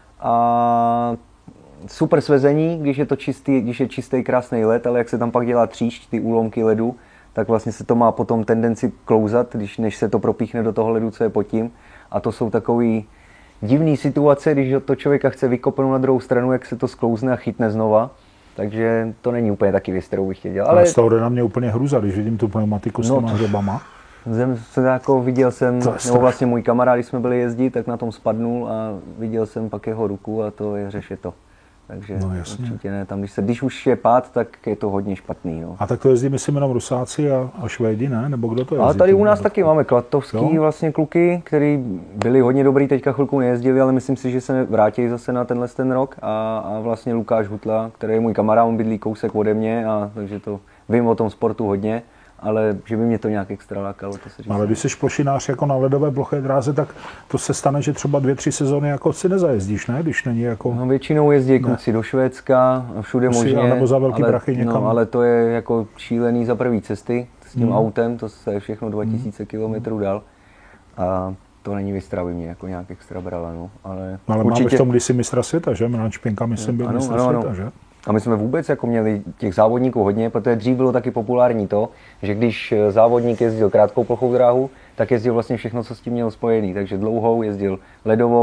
a super svezení, když je čistý krásný led, ale jak se tam pak dělá tříšť, ty úlomky ledu, tak vlastně se to má potom tendenci klouzat, než se to propíchne do toho ledu, co je pod tím. A to jsou takový divný situace, když to člověka chce vykopnout na druhou stranu, jak se to sklouzne a chytne znova. Takže to není úplně taky věc, kterou bych chtěl dělat. Ale z toho jde na mě úplně hruza, když vidím tu pneumatiku s těma hřebama. Viděl jsem, nebo vlastně můj kamarád, když jsme byli jezdit, tak na tom spadnul a viděl jsem pak jeho ruku a to je řešeto. Takže určitě ne, tam když už je pád, tak je to hodně špatný. No. A tak to jezdí, myslím, jenom Rusáci a Švédi, ne? Nebo kdo to jezdí? A tady u nás taky máme klatovský vlastně kluky, který byli hodně dobrý, teďka chvilku nejezdili, ale myslím si, že se vrátí zase na ten rok. A vlastně Lukáš Hutla, který je můj kamarád, on bydlí kousek ode mě, a takže to vím o tom sportu hodně. Ale že by mě to nějak extra lákalo, to se říct. Ale když jsi plošinář jako na ledové ploché dráze, tak to se stane, že třeba 2-3 sezóny jako si nezajezdíš, ne? Když není jako... No, většinou jezdí kluci do Švédska, všude možně. Nebo za velký prachy někam. No, ale to je jako šílený za první cesty s tím autem, to se všechno 2000 km dal. A to není věc, která by mě jako nějak extra brala, no. Ale určitě... máme v tom kdysi mistra světa, že? Milan Špinka, myslím, byl mistr světa, že? A my jsme vůbec jako měli těch závodníků hodně, protože dřív bylo taky populární to, že když závodník jezdil krátkou plochou dráhu, tak jezdil vlastně všechno, co s tím měl spojený. Takže dlouhou jezdil ledovou,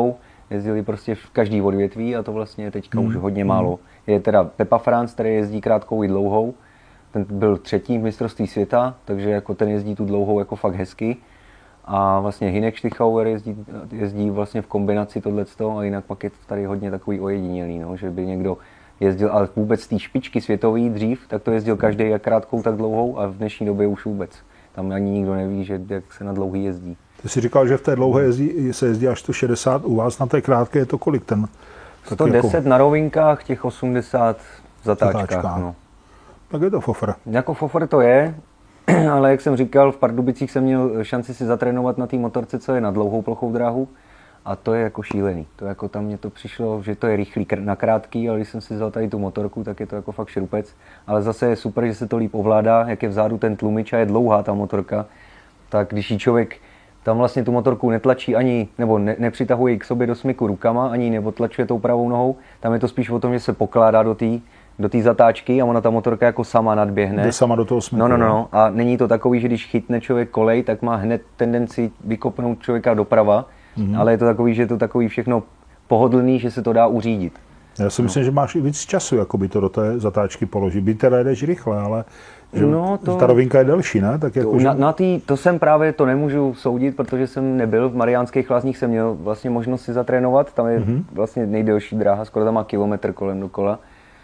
jezdili prostě v každý odvětví a to vlastně je teďka už hodně málo. Je teda Pepa Franz, který jezdí krátkou i dlouhou, ten byl 3. v mistrovství světa, takže jako ten jezdí tu dlouhou jako fakt hezky. A vlastně Hinek Stichauer jezdí vlastně v kombinaci tohleto a jinak pak je to tady hodně takový ojedinělý, no, že by někdo jezdil, ale vůbec z té špičky světový dřív, tak to jezdil každý jak krátkou, tak dlouhou a v dnešní době už vůbec. Tam ani nikdo neví, že jak se na dlouhý jezdí. Ty jsi říkal, že v té dlouhé se jezdí až 160, u vás na té krátké je to kolik ten? 110 jako... na rovinkách, těch 80 v zatáčkách. No. Tak je to fofr. Jako fofr to je, ale jak jsem říkal, v Pardubicích jsem měl šanci si zatrénovat na té motorce, co je na dlouhou plochou dráhu. A to je jako šílený. To jako tam mně to přišlo, že to je rychlý na krátký, ale když jsem si vzal tady tu motorku, tak je to jako fakt šrupec. Ale zase je super, že se to líp ovládá, jak je vzadu ten tlumič a je dlouhá ta motorka. Tak když jí člověk tam vlastně tu motorku netlačí ani, nebo nepřitahuje k sobě do smyku rukama, ani neotlačuje tou pravou nohou, tam je to spíš o tom, že se pokládá do té zatáčky a ona ta motorka jako sama nadběhne. Jde sama do toho smyku. No. A není to takový, že když chytne člověk kolej, tak má hned tendenci vykopnout člověka doprava. Ale je to takový, že je to takový všechno pohodlný, že se to dá uřídit. Já si myslím, že máš i víc času, jakoby to do té zatáčky položit. Byť teda jdeš rychle, ale že ta rovinka je delší, ne? Tak jako, to jsem právě, to nemůžu soudit, protože jsem nebyl v Mariánských Lázních, jsem měl vlastně možnost si zatrénovat, tam je vlastně nejdelší dráha, skoro tam má kilometr kolem dokola.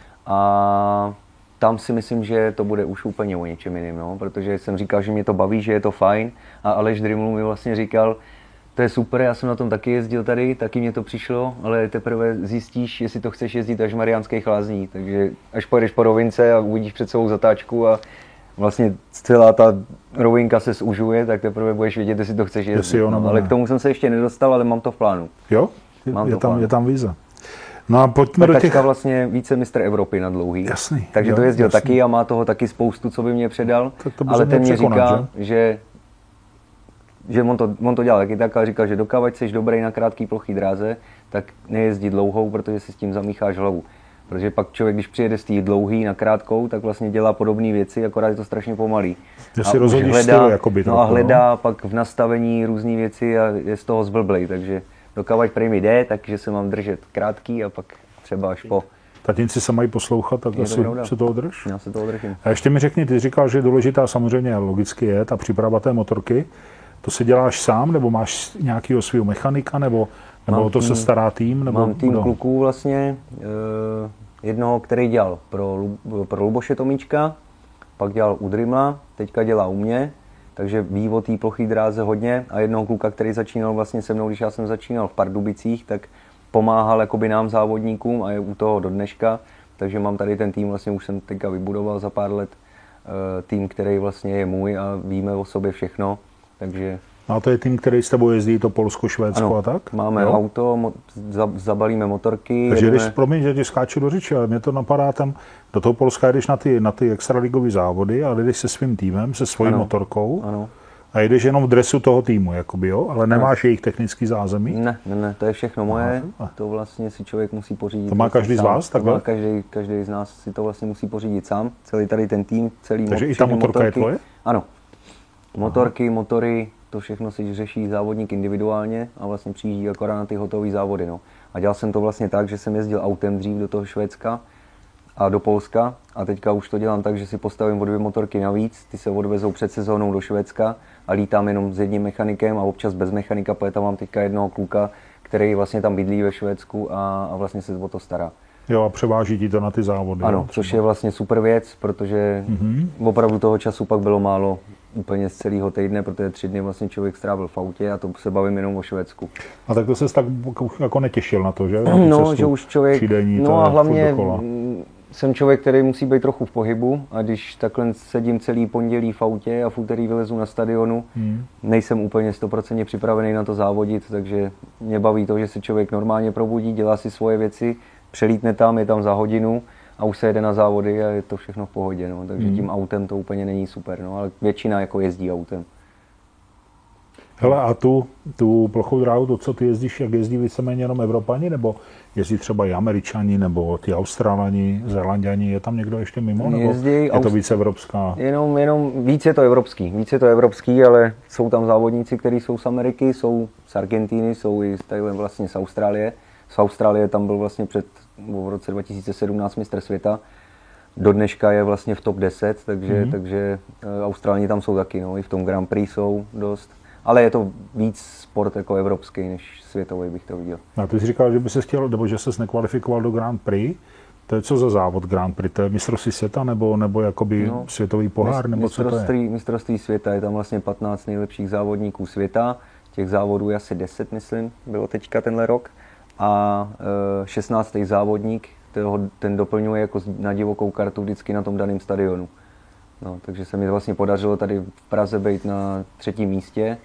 A tam si myslím, že to bude už úplně o něčem jiným, no? Protože jsem říkal, že mě to baví, že je to fajn a Aleš Dryml mi vlastně říkal, to je super, já jsem na tom taky jezdil tady, taky mě to přišlo, ale teprve zjistíš, jestli to chceš jezdit až v Mariánských Lázních, takže až pojedeš po rovince a uvidíš před sebou zatáčku a vlastně celá ta rovinka se zužuje, tak teprve budeš vědět, jestli to chceš jezdit. Ale k tomu jsem se ještě nedostal, ale mám to v plánu. Jo? Je tam víza. No a pojďme do těch... vlastně více mistr Evropy na dlouhý. Jasný. Takže to jezdil taky a má toho taky spoustu, co by mě předal, ale ten mě říká, že on to dělal taky tak, ale říkal, že dokávat jsi dobrý na krátký plochý dráze, tak nejezdí dlouhou, protože si s tím zamícháš hlavu. Protože pak člověk, když přijede z té dlouhý na krátkou, tak vlastně dělá podobné věci, akorát je to strašně pomalý. A hledá pak v nastavení různé věci a je z toho zblblej, takže dokávat prý mi jde, takže se mám držet krátký a pak třeba až po... Tatínci se mají poslouchat, tak asi se toho drž. Já se toho držím. A ještě mi řekni, ty říkal, že důležitá samozřejmě logicky je ta příprava té motorky. To si děláš sám, nebo máš nějakého svého mechanika, nebo to se stará tým? Nebo mám tým kluků vlastně, jednoho, který dělal pro Luboše Tomíčka, pak dělal u Drymla, teďka dělá u mě, takže ví o té plochý dráze hodně a jednoho kluka, který začínal vlastně se mnou, když já jsem začínal v Pardubicích, tak pomáhal jakoby nám závodníkům a je u toho do dneška, takže mám tady ten tým, vlastně už jsem teďka vybudoval za pár let tým, který vlastně je můj a víme o sobě všechno. Takže... A to je tým, který s tebou jezdí to Polsko, Švédsko a tak? Máme auto, zabalíme motorky. Takže jedeme... promiň, že ti skáču do řeči, ale mě to napadá tam, do toho Polska jdeš na ty extraligové závody a jdeš se svým týmem, se svojí motorkou a jdeš jenom v dresu toho týmu, jakoby, jo? Ale nemáš jejich technický zázemí? Ne, to je všechno moje, to vlastně si člověk musí pořídit. To má každý z vás takhle? Každý z nás si to vlastně musí pořídit sám, celý tady ten tým, Takže i ta motorka je tvoje? Ano. Motorky, motory, to všechno si řeší závodník individuálně a vlastně přijíždí akorát na ty hotové závody. No. A dělal jsem to vlastně tak, že jsem jezdil autem dřív do toho Švédska a do Polska a teďka už to dělám tak, že si postavím o 2 motorky navíc, ty se odvezou před sezónou do Švédska a lítám jenom s jedním mechanikem a občas bez mechanika, protože tam mám teďka jednoho kluka, který vlastně tam bydlí ve Švédsku a vlastně se o to stará. Jo, a převáží ti to na ty závody. Ano, což je vlastně super věc, protože opravdu toho času pak bylo málo úplně z celého týdne, protože 3 dny vlastně člověk strávil v autě a to se bavím jenom o Švédsku. A tak to ses tak jako netěšil na to, že? No, že už člověk, a hlavně jsem člověk, který musí být trochu v pohybu a když takhle sedím celý pondělí v autě a v úterý vylezu na stadionu, nejsem úplně 100% připravený na to závodit, takže mě baví to, že se člověk normálně probudí, dělá si svoje věci, přelítne tam, je tam za hodinu a už se jede na závody a je to všechno v pohodě, no. Takže tím autem to úplně není super, no, ale většina jako jezdí autem. Hele, a tu plochou dráhu, to, co ty jezdíš, jak jezdí víceméně jenom Evropani, nebo jezdí třeba i Američani, nebo ty Australani, Zélanďani, je tam někdo ještě mimo, nebo je to víc evropská? Jenom víc je to evropský, ale jsou tam závodníci, kteří jsou z Ameriky, jsou z Argentíny, jsou i vlastně z Austrálie. Z Austrálie tam byl vlastně v roce 2017 mistr světa. Do dneška je vlastně v top 10, takže Australani tam jsou taky, no, i v tom Grand Prix jsou dost. Ale je to víc sport jako evropský než světový, bych to viděl. A ty jsi říkal, že by se chtěl, nebo že ses nekvalifikoval do Grand Prix. To je co za závod Grand Prix? To je mistrovství světa nebo jakoby světový pohár? Nebo co to je? Mistrovství světa, je tam vlastně 15 nejlepších závodníků světa. Těch závodů je asi 10, myslím, bylo teďka tenhle rok. A 16. závodník, ten doplňuje jako na divokou kartu vždycky na tom daném stadionu. No, takže se mi vlastně podařilo tady v Praze být na 3. místě.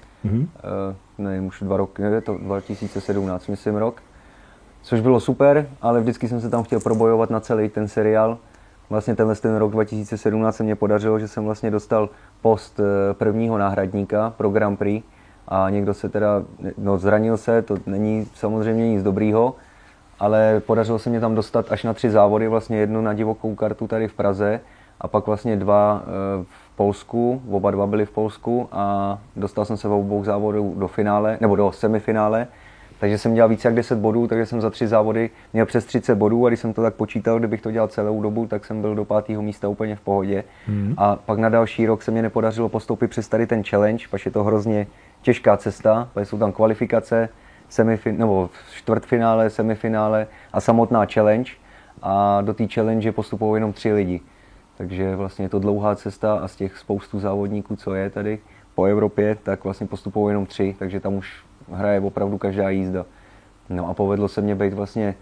Nevím, už 2 roky, je to 2017, myslím, rok. Což bylo super, ale vždycky jsem se tam chtěl probojovat na celý ten seriál. Vlastně ten rok 2017 se mě podařilo, že jsem vlastně dostal post prvního náhradníka pro Grand Prix a někdo se teda, zranil se, to není samozřejmě nic dobrýho, ale podařilo se mě tam dostat až na 3 závody, vlastně jednu na divokou kartu tady v Praze a pak vlastně 2 v Polsku, oba 2 byly v Polsku a dostal jsem se v obou závodů do finále, nebo do semifinále. Takže jsem dělal více jak 10 bodů, takže jsem za 3 závody měl přes 30 bodů a když jsem to tak počítal, kdybych to dělal celou dobu, tak jsem byl do 5. místa úplně v pohodě. A pak na další rok se mě nepodařilo postoupit přes tady ten challenge, protože je to hrozně těžká cesta, protože jsou tam kvalifikace, nebo čtvrtfinále, semifinále a samotná challenge. A do té challenge postupují jenom 3 lidi. Takže vlastně je to dlouhá cesta a z těch spoustu závodníků, co je tady po Evropě, tak vlastně postupují jenom 3, takže tam už hraje opravdu každá jízda. No a povedlo se mě být vlastně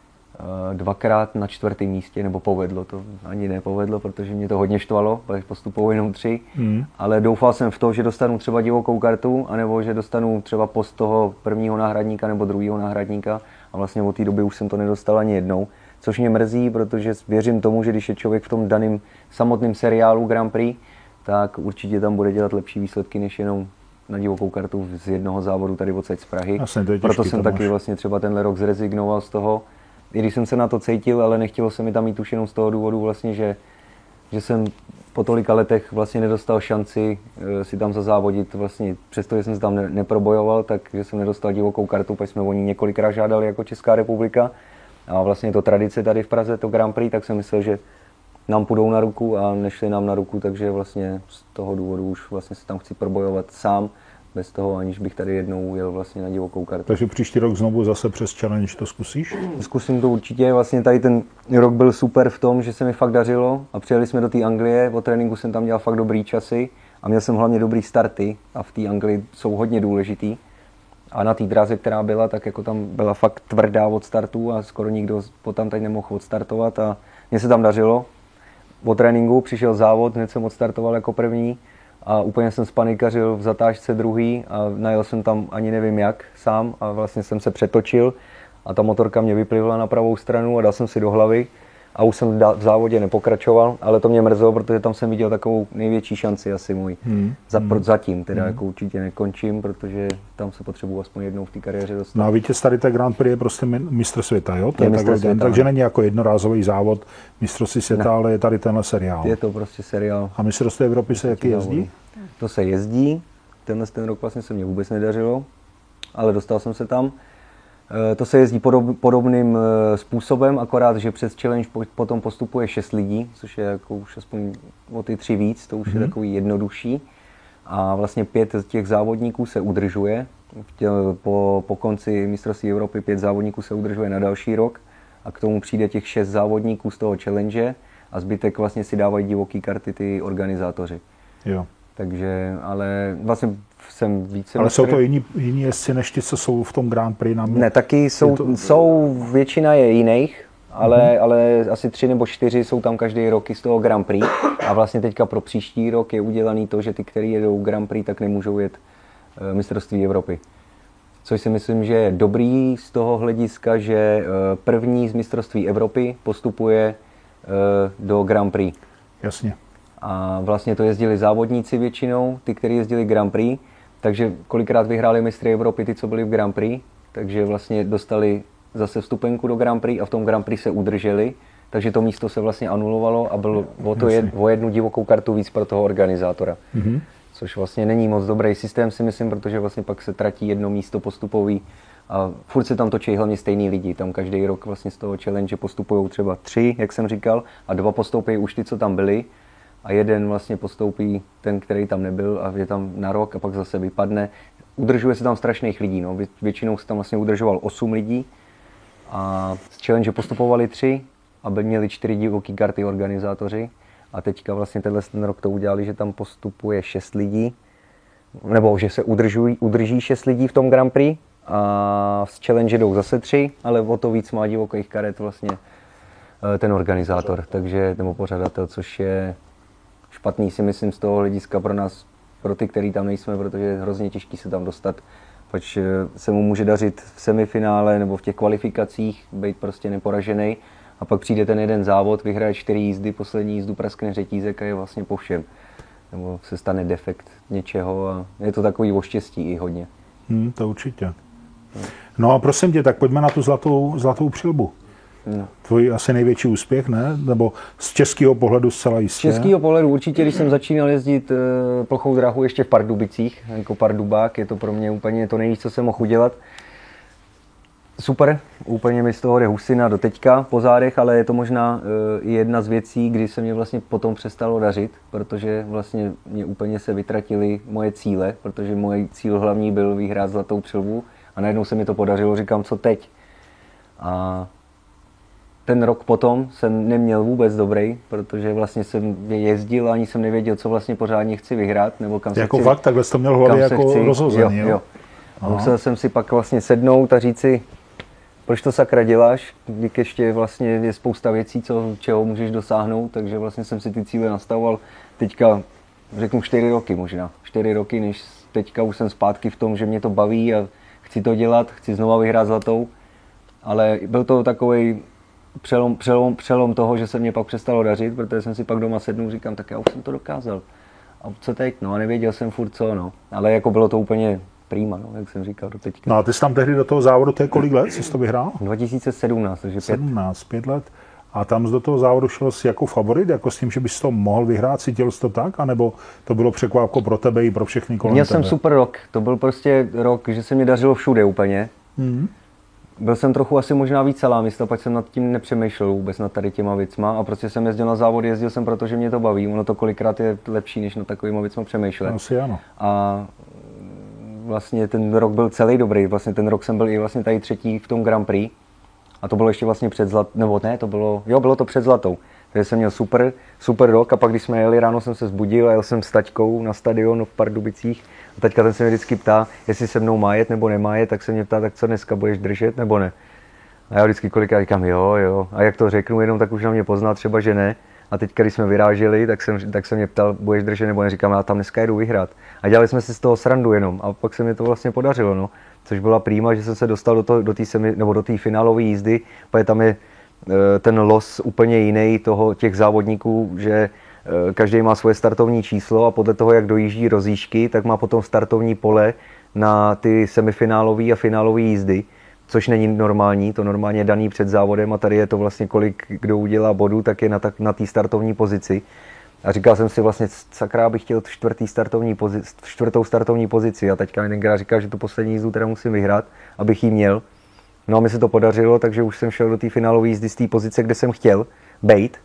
2krát na 4. místě, nebo povedlo, to ani nepovedlo, protože mě to hodně štvalo, protože postupují jenom 3, ale doufal jsem v to, že dostanu třeba divokou kartu, anebo že dostanu třeba post toho prvního náhradníka nebo druhého náhradníka a vlastně od té doby už jsem to nedostal ani jednou, což mě mrzí, protože věřím tomu, že když je člověk v tom daném samotném seriálu Grand Prix, tak určitě tam bude dělat lepší výsledky, než jenom na divokou kartu z jednoho závodu tady odsaď z Prahy. Proto jsem taky vlastně třeba tenhle rok zrezignoval z toho, i když jsem se na to cítil, ale nechtělo se mi tam jít už jenom z toho důvodu vlastně, že jsem po tolika letech vlastně nedostal šanci si tam zazávodit vlastně, přestože jsem se tam neprobojoval, takže jsem nedostal divokou kartu, protože jsme o ní několikrát žádali jako Česká republika a vlastně je to tradice tady v Praze, to Grand Prix, tak jsem myslel, že nám půjdou na ruku a nešli nám na ruku, takže vlastně z toho důvodu už vlastně se tam chci probojovat sám, bez toho, aniž bych tady jednou jel vlastně na divokou kartu. Takže příští rok znovu zase přes challenge to zkusíš? Zkusím to určitě, vlastně tady ten rok byl super v tom, že se mi fakt dařilo a přijeli jsme do té Anglie, o tréninku jsem tam dělal fakt dobrý časy a měl jsem hlavně dobrý starty a v té Anglii jsou hodně důležitý. A na té dráze, která byla, tak jako tam byla fakt tvrdá od startu a skoro nikdo potom tady nemohl odstartovat a mně se tam dařilo. Po tréninku přišel závod, hned jsem odstartoval jako první a úplně jsem spanikařil v zatáčce druhý a najel jsem tam ani nevím jak sám a vlastně jsem se přetočil a ta motorka mě vyplivla na pravou stranu a dal jsem si do hlavy a už jsem v závodě nepokračoval, ale to mě mrzelo, protože tam jsem viděl takovou největší šanci asi můj. Zatím teda jako určitě nekončím, protože tam se potřebuji aspoň jednou v té kariéře dostat. No a vítěz tady té Grand Prix je prostě mistr světa, jo? To je mistr světa, takže není jako jednorázový závod mistrovství světa, ale je tady tenhle seriál. Je to prostě seriál. A mistrovství Evropy se jaký jezdí? To se jezdí, ten rok vlastně se mě vůbec nedařilo, ale dostal jsem se tam. To se jezdí podobným způsobem, akorát, že přes challenge potom postupuje 6 lidí, což je jako už aspoň o ty 3 víc, to už je takový jednodušší. A vlastně 5 z těch závodníků se udržuje. Po konci mistrovství Evropy 5 závodníků se udržuje na další rok a k tomu přijde těch 6 závodníků z toho challenge a zbytek vlastně si dávají divoký karty ty organizátoři. Jo. Takže, ale vlastně jsem více... Ale jsou to jiní jezdci než ti, co jsou v tom Grand Prix? Ne, taky jsou většina je jiných, ale asi 3 nebo 4 jsou tam každý rok z toho Grand Prix a vlastně teďka pro příští rok je udělaný to, že ty, kteří jedou Grand Prix, tak nemůžou jet mistrovství Evropy. Což si myslím, že je dobrý z toho hlediska, že první z mistrovství Evropy postupuje do Grand Prix. Jasně. A vlastně to jezdili závodníci většinou, ty, kteří jezdili Grand Prix, takže kolikrát vyhráli mistry Evropy, ty, co byli v Grand Prix, takže vlastně dostali zase vstupenku do Grand Prix a v tom Grand Prix se udrželi, takže to místo se vlastně anulovalo a bylo o jednu divokou kartu víc pro toho organizátora. Mm-hmm. Což vlastně není moc dobrý systém, si myslím, protože vlastně pak se tratí jedno místo postupový a furt se tam točí hlavně stejný lidi. Tam každý rok vlastně z toho challenge postupují třeba 3, jak jsem říkal, a 2 postoupí už ty, co tam byli a jeden vlastně postoupí ten, který tam nebyl a je tam na rok a pak zase vypadne. Udržuje se tam strašných lidí, no. Většinou se tam vlastně udržoval 8 lidí a z challenge postupovali 3 a měli 4 divoký karty organizátoři. A teďka vlastně ten rok to udělali, že tam postupuje 6 lidí, nebo že se udrží 6 lidí v tom Grand Prix a z challenge jdou zase 3, ale o to víc má divokých karet vlastně ten organizátor, takže, nebo pořadatel, což je špatný, si myslím, z toho hlediska pro nás, pro ty, který tam nejsme, protože je hrozně těžký se tam dostat, pač se mu může dařit v semifinále nebo v těch kvalifikacích, být prostě neporažený. A pak přijde ten jeden závod, vyhraje 4 jízdy, poslední jízdu praskne řetízek a je vlastně po všem. Nebo se stane defekt něčeho a je to takový o štěstí i hodně. To určitě. No a prosím tě, tak pojďme na tu zlatou přilbu. No. Tvůj asi největší úspěch, ne? Nebo z českého pohledu zcela jistě? Z českého pohledu určitě, když jsem začínal jezdit plochou dráhu ještě v Pardubicích, jako Pardubák, je to pro mě úplně to nejvíc, co jsem mohl udělat. Super, úplně mi z toho jde husina do teďka po zádech, ale je to možná i jedna z věcí, kdy se mě vlastně potom přestalo dařit, protože vlastně mě úplně se vytratily moje cíle, protože můj cíl hlavní byl vyhrát zlatou přilbu a najednou se mi to podařilo, říkám, co teď. A ten rok potom jsem neměl vůbec dobrý, protože vlastně jsem jezdil a ani jsem nevěděl, co vlastně pořádně chci vyhrát, nebo kam jako se chci. Fakt, takhle jsi to měl v hlavě jako rozhozený, jo. A musel jsem si pak vlastně sednout a říct si, proč to sakra děláš, když ještě vlastně je spousta věcí, čeho můžeš dosáhnout, takže vlastně jsem si ty cíle nastavoval teďka, řeknu 4 roky možná. 4 roky, než teďka už jsem zpátky v tom, že mě to baví a chci to dělat, chci znova vyhrát zlatou, ale byl to takovej přelom toho, že se mě pak přestalo dařit, protože jsem si pak doma sednul, říkám, tak já už jsem to dokázal. A co teď? No a nevěděl jsem furt co, no. Ale jako bylo to úplně prima, no, jak jsem říkal do teďka. No a ty jsi tam tehdy do toho závodu, to je kolik let jsi to vyhrál? 2017, takže 5 let. A tam do toho závodu šel jsi jako favorit, jako s tím, že bys to mohl vyhrát, cítil jsi to tak? A nebo to bylo překvapko pro tebe i pro všechny kolem Měl tebe? jsem super rok, to byl prostě rok, že se mi dařilo všude úplně. Byl jsem trochu asi možná víc salámista, pak jsem nad tím nepřemýšlel vůbec nad tady těma věcma a prostě jsem jezdil na závody, jezdil jsem, protože mě to baví. Ono to kolikrát je lepší, než na takovýma věcma přemýšlet. Asi ano. A vlastně ten rok byl celý dobrý, vlastně ten rok jsem byl i vlastně tady 3. v tom Grand Prix a to bylo ještě vlastně před bylo to před zlatou. Takže jsem měl super rok a pak když jsme jeli, ráno jsem se vzbudil a jel jsem s taťkou na stadion v Pardubicích a taťka ten se mě vždycky ptá, jestli se mnou má jet nebo nemá jet, tak se mě ptá, tak co dneska budeš držet nebo ne. A já vždycky kolikrát říkám jo a jak to řeknu jenom, tak už na mě pozná třeba, že ne. A teď, když jsme vyráželi, tak jsem mě ptal, budeš držet nebo ne, říkám, já tam dneska jedu vyhrát. A dělali jsme si z toho srandu jenom a pak se mi to vlastně podařilo, no. Což byla prýma, že jsem se dostal do té finálové jízdy, protože tam je ten los úplně jiný těch závodníků, že každý má svoje startovní číslo a podle toho, jak dojíždí rozjížďky, tak má potom startovní pole na ty semifinálové a finálové jízdy, což není normální, to normálně je daný před závodem a tady je to vlastně kolik kdo udělá bodů, tak je na té startovní pozici. A říkal jsem si vlastně, sakra, bych chtěl čtvrtou startovní pozici a teďka jeden říkal, že tu poslední jízdu teda musím vyhrát, abych ji měl. No a mi se to podařilo, takže už jsem šel do té finálové jízdy z té pozice, kde jsem chtěl bejt.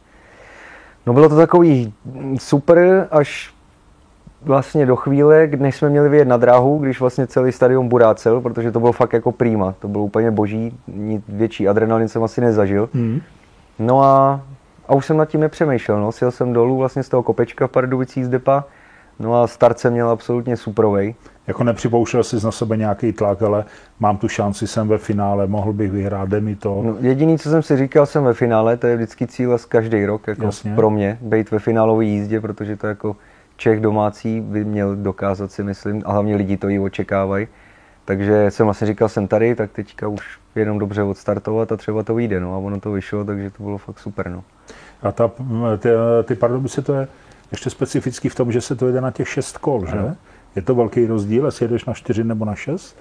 No bylo to takový super, až vlastně do chvíle, než jsme měli vyjet na dráhu, když vlastně celý stadion burácel, protože to bylo fakt jako prima, to bylo úplně boží, větší adrenalin jsem asi nezažil. No a už jsem nad tím nepřemýšlel, no, sjel jsem dolů vlastně z toho kopečka v Pardubicích z depa, no a start jsem měl absolutně superovej. Jako nepřipouštěl jsi na sebe nějaký tlak, ale mám tu šanci, jsem ve finále, mohl bych vyhrát, jde mi to. No, jediný, co jsem si říkal, jsem ve finále, to je vždycky cíl každý rok, jako pro mě, být ve finálové jízdě, protože to jako Čech domácí by měl dokázat, si myslím, a hlavně lidi to i očekávají. Takže jsem vlastně říkal, jsem tady, tak teďka už jenom dobře odstartovat a třeba to vyjde, no a ono to vyšlo, takže to bylo fakt super, no. A ty Pardubice, to je ještě specifický v tom, že se to jede na těch 6 kol, že? Je to velký rozdíl, jestli jedeš na 4 nebo na 6?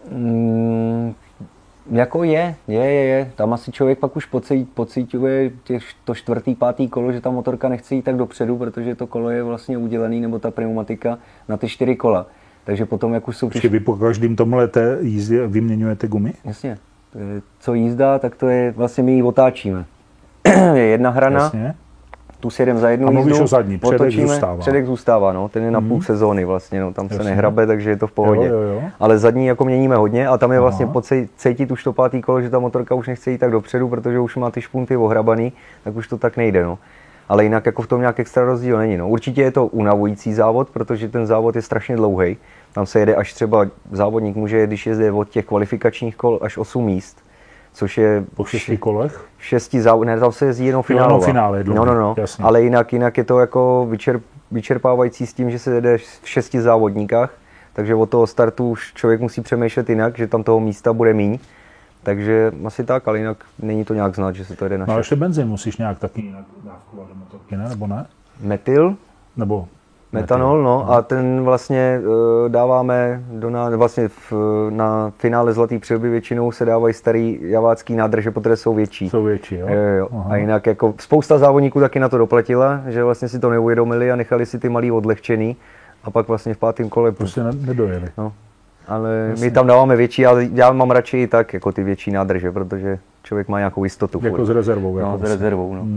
Jako je. Tam asi člověk pak už pocítuje to 4., 5. kolo, že ta motorka nechce jít tak dopředu, protože to kolo je vlastně udělaný, nebo ta pneumatika na ty 4 kola. Takže potom, jak už jsou... Vy po každém tomhle jízdě vyměňujete gumy? Jasně. Co jízda, tak to je vlastně my ji otáčíme. Je jedna hrana, jasně. Tu si jedem za jednu jízdu. A mluvíš o zadní, předek zůstává, no. Ten je na půl sezóny vlastně, no. Tam jasně. se nehrabe, takže je to v pohodě. Jo. Ale zadní jako měníme hodně a tam je vlastně cítit už to 5. kolo, že ta motorka už nechce jít tak dopředu, protože už má ty špunty ohrabaný, tak už to tak nejde, no. Ale jinak jako v tom nějak extra rozdíl není, no. Určitě je to unavující závod, protože ten závod je strašně dlouhý. Tam se jede až třeba závodník může, když jezdí od těch kvalifikačních kol až 8 míst, což je... Po 6 kolech? 6 závodů, ne, tam se jezdí jenom finálová. Finále, no. Jasně. Ale jinak je to jako vyčerpávající s tím, že se jede v 6 závodníkách, takže od toho startu už člověk musí přemýšlet jinak, že tam toho místa bude míň. Takže asi tak, ale jinak není to nějak znát, že se to jede na 6. No a ještě benzín musíš nějak taky jinak dávkovat do motorky, ne? Nebo ne? Metyl? Nebo metanol, no, a ten vlastně dáváme na finále Zlatý přilby většinou se dávají starý javácký nádrže, protože jsou větší. Jsou větší, jo. A jinak jako spousta závodníků taky na to doplatila, že vlastně si to neuvědomili a nechali si ty malý odlehčený a pak vlastně v 5. kole prostě nedojeli. No. Ale vlastně. My tam dáváme větší, ale já mám radši i tak jako ty větší nádrže, protože člověk má nějakou jistotu. Jako s rezervou. No, s rezervou, no.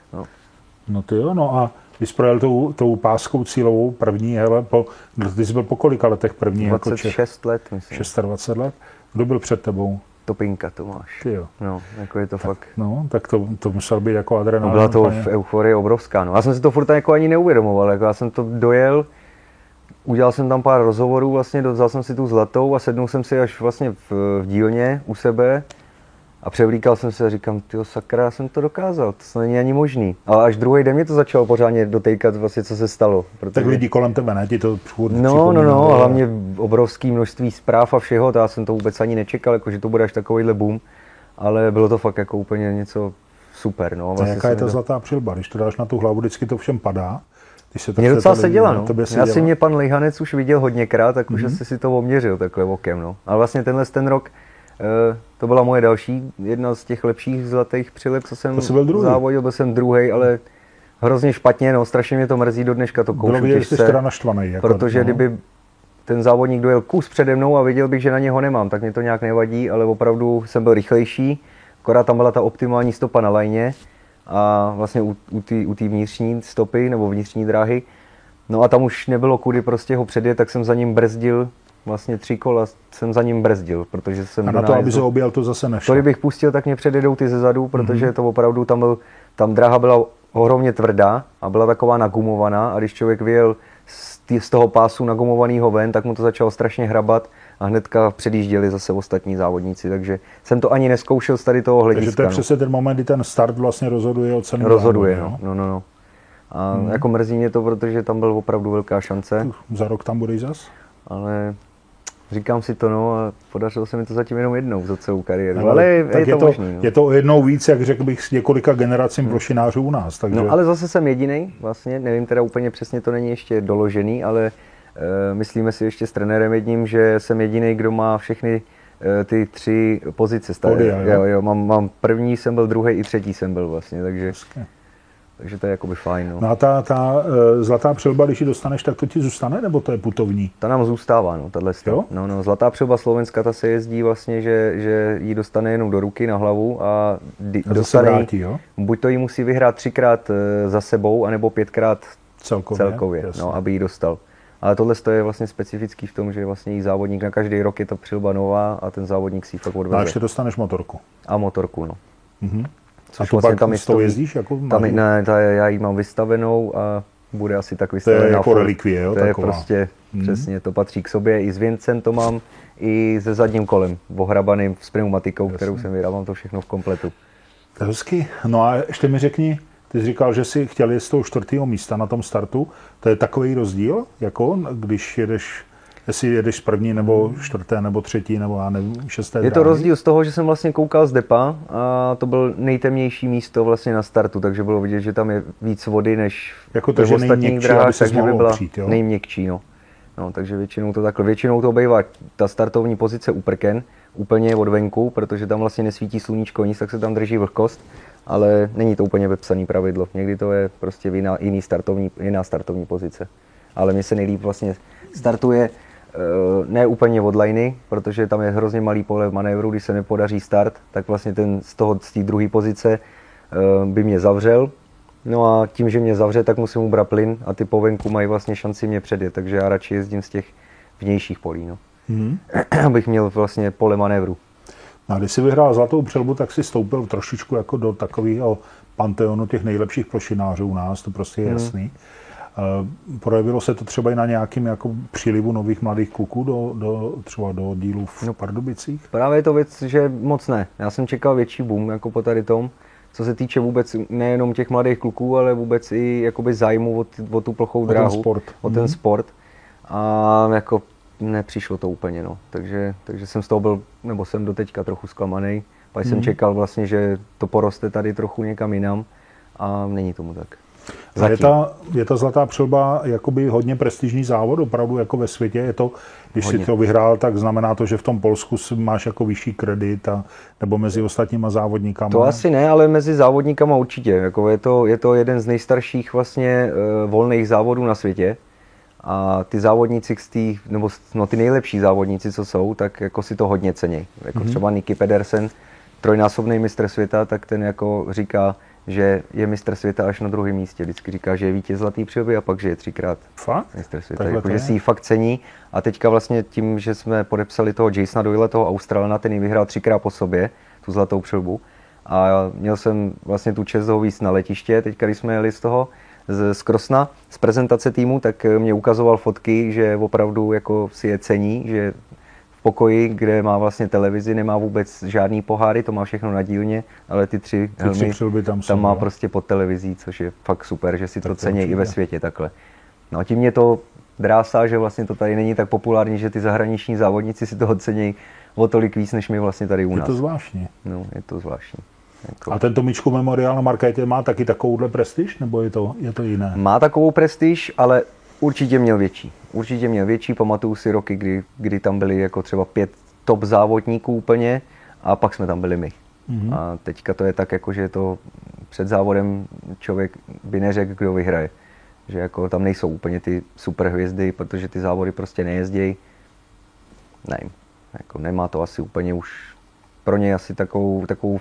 No ty jo, no a když projel tou páskou cílovou první, hele, ty jsi byl po kolika letech první? 26 let, myslím. 26 let. Kdo byl před tebou? Topinka Tomáš. Ty jo. No, jako je to tak, fakt. No, tak to musel být jako adrenalin. No, byla to euforie obrovská, no. Já jsem si to furt jako ani neuvědomoval, jako já jsem to dojel, udělal jsem tam pár rozhovorů, vlastně vzal jsem si tu zlatou a sednul jsem si až vlastně v dílně u sebe a převlíkal jsem se a říkám, tyjo sakra, já jsem to dokázal, to není ani možný. Ale až druhý den mě to začalo pořádně dotejkat vlastně, co se stalo. Protože... Tak lidi kolem tebe, ne? Ti to No, hlavně obrovské množství zpráv a všeho, to já jsem to vůbec ani nečekal, jako, že to bude až takovýhle boom, ale bylo to fakt jako úplně něco super, no. Vlastně jaká je ta zlatá přilba? Když to dáš na tu hlavu, vždycky to všem padá. Mě docela seděla, no. Asi mě pan Lejhanec už viděl hodněkrát, tak už asi si to oměřil takhle okem, no. Ale vlastně ten rok, to byla moje další, jedna z těch lepších zlatých přileb, co jsem závodil, byl jsem druhej, ale hrozně špatně, no, strašně mě to mrzí do dneška, to koušu těžce, protože kdyby ten závodník dojel kus přede mnou a viděl bych, že na něho nemám, tak mě to nějak nevadí, ale opravdu jsem byl rychlejší, akorát tam byla ta optimální stopa na lajně a vlastně u té vnitřní stopy nebo vnitřní dráhy, no a tam už nebylo kudy prostě ho předjet, tak jsem za ním brzdil. Vlastně 3 kola jsem za ním brzdil, protože jsem... A na to, aby se objel, to zase nešlo. To, kdybych pustil, tak mě předjedou ty zezadu, protože to opravdu tam dráha byla ohromně tvrdá a byla taková nagumovaná a když člověk vyjel z toho pásu nagumovaného ven, tak mu to začalo strašně hrabat a hnedka předjížděli zase ostatní závodníci, takže jsem to ani neskoušel z tady toho hlediska. Takže to je přesně ten moment, kdy ten start vlastně rozhoduje o cenu. Rozhoduje, no. A jako mrzí mě to, protože tam byl opravdu velká šance. Za rok tam budeš zas? Ale říkám si to, no, a podařilo se mi to zatím jenom jednou za celou kariéru, ale je to možný. No. Je to jednou víc, jak řekl bych, s několika generacím plošinářů u nás. Takže... No, ale zase jsem jedinej, vlastně, nevím teda úplně přesně, to není ještě doložený, ale myslíme si ještě s trenérem jedním, že jsem jedinej, kdo má všechny ty 3 pozice. Jo, mám první jsem byl, druhý i třetí jsem byl vlastně, takže to je jakoby fajn. No, no a ta zlatá přilba, když ji dostaneš, tak to ti zůstane, nebo to je putovní? Ta nám zůstává, no, tahle stav. No, zlatá přilba Slovenska, ta se jezdí vlastně, že ji dostane jenom do ruky, na hlavu a dostane vrátí, jo? Buď to jí musí vyhrát 3krát za sebou, anebo 5krát celkově no, aby ji dostal. Ale tohle je vlastně specifický v tom, že vlastně jí závodník na každý rok je to přilba nová a ten závodník si ji fakt odveze. A ještě dostaneš motorku. A motorku, no. Což a to vlastně tam s tou jezdíš? Jako já ji mám vystavenou a bude asi tak vystavená. To je jako relikvie, jo? To je prostě, přesně, to patří k sobě. I s věncem to mám, i se zadním kolem, ohrabaným s pneumatikou, kterou jsem vydal, mám to všechno v kompletu. To je hezky. No a ještě mi řekni, ty jsi říkal, že jsi chtěl jet z toho 4. místa na tom startu. To je takový rozdíl, jako když jedeš, jestli jedeš z první, nebo 4. nebo 3. nebo já nevím, 6. Je to rozdíl z toho, že jsem vlastně koukal z depa a to byl nejtemnější místo vlastně na startu, takže bylo vidět, že tam je víc vody než jako to, v ostatních drahách, takže by byla opřít, nejměkčí. No. No, takže většinou to takhle. Většinou to bývá ta startovní pozice uprken, úplně od venku, protože tam vlastně nesvítí sluníčko nic, tak se tam drží vlhkost, ale není to úplně vepsaný pravidlo. Někdy to je prostě jiná startovní pozice. Ale mně se nejlíp vlastně startuje ne úplně od liney, protože tam je hrozně malý pole manévru, když se nepodaří start, tak vlastně z té druhé pozice by mě zavřel. No a tím, že mě zavře, tak musím ubrat plyn a ty po venku mají vlastně šanci mě předjet, takže já radši jezdím z těch vnějších polí, no. Abych měl vlastně pole manévru. A když jsi vyhrál zlatou přilbu, tak si stoupil trošičku jako do takového panteonu těch nejlepších plošinářů u nás, to prostě je jasný. Projevilo se to třeba i na nějakým jako přílivu nových mladých kluků třeba do oddílů v Pardubicích? Právě je to věc, že moc ne. Já jsem čekal větší boom jako po tady tom, co se týče vůbec nejenom těch mladých kluků, ale vůbec i jakoby zájmu o tu plochou dráhu, o ten sport. A jako nepřišlo to úplně, no. Takže jsem z toho byl, nebo jsem doteďka trochu zklamaný. Pak jsem čekal vlastně, že to poroste tady trochu někam jinam a není tomu tak. Je ta zlatá přilba jakoby hodně prestižní závod, opravdu jako ve světě je to, když hodně. Si to vyhrál, tak znamená to, že v tom Polsku máš jako vyšší kredit nebo mezi ostatníma závodníkama? To asi ne, ale mezi závodníkama určitě. Jako je to jeden z nejstarších vlastně volných závodů na světě. A ty závodníci ty nejlepší závodníci, co jsou, tak jako si to hodně cení. Jako třeba Nicky Pedersen, trojnásobný mistr světa, tak ten jako říká, že je mistr světa až na druhém místě. Vždycky říká, že je vítěz zlatý přilby a pak, že je 3krát mistr světa. Jako, že si ji fakt cení. A teďka vlastně tím, že jsme podepsali toho Jasona Doyle, toho Australana, ten ji vyhrál 3krát po sobě, tu zlatou přilbu. A měl jsem vlastně tu čest ho víc na letiště, teďka když jsme jeli z Krosna, z prezentace týmu, tak mě ukazoval fotky, že opravdu jako si je cení, že v pokoji, kde má vlastně televizi, nemá vůbec žádný poháry, to má všechno na dílně, ale ty tři helmy tam má prostě pod televizí, což je fakt super, že si tak to cení i ve světě takhle. No a tím mě to drásá, že vlastně to tady není tak populární, že ty zahraniční závodníci si toho cení o tolik víc, než my vlastně tady u nás. Je to zvláštní. No, je to zvláštní. Jako. A ten Tomičko Memorial na Markétě má taky takovouhle prestiž, nebo je to jiné? Má takovou prestiž, ale určitě měl větší. Pamatuju si roky, kdy tam byli jako třeba 5 top závodníků úplně a pak jsme tam byli my. A teďka to je tak, jako, že to před závodem člověk by neřekl, kdo vyhraje. Že jako tam nejsou úplně ty super hvězdy, protože ty závody prostě nejezdějí. Nevím, jako nemá to asi úplně už pro ně asi takovou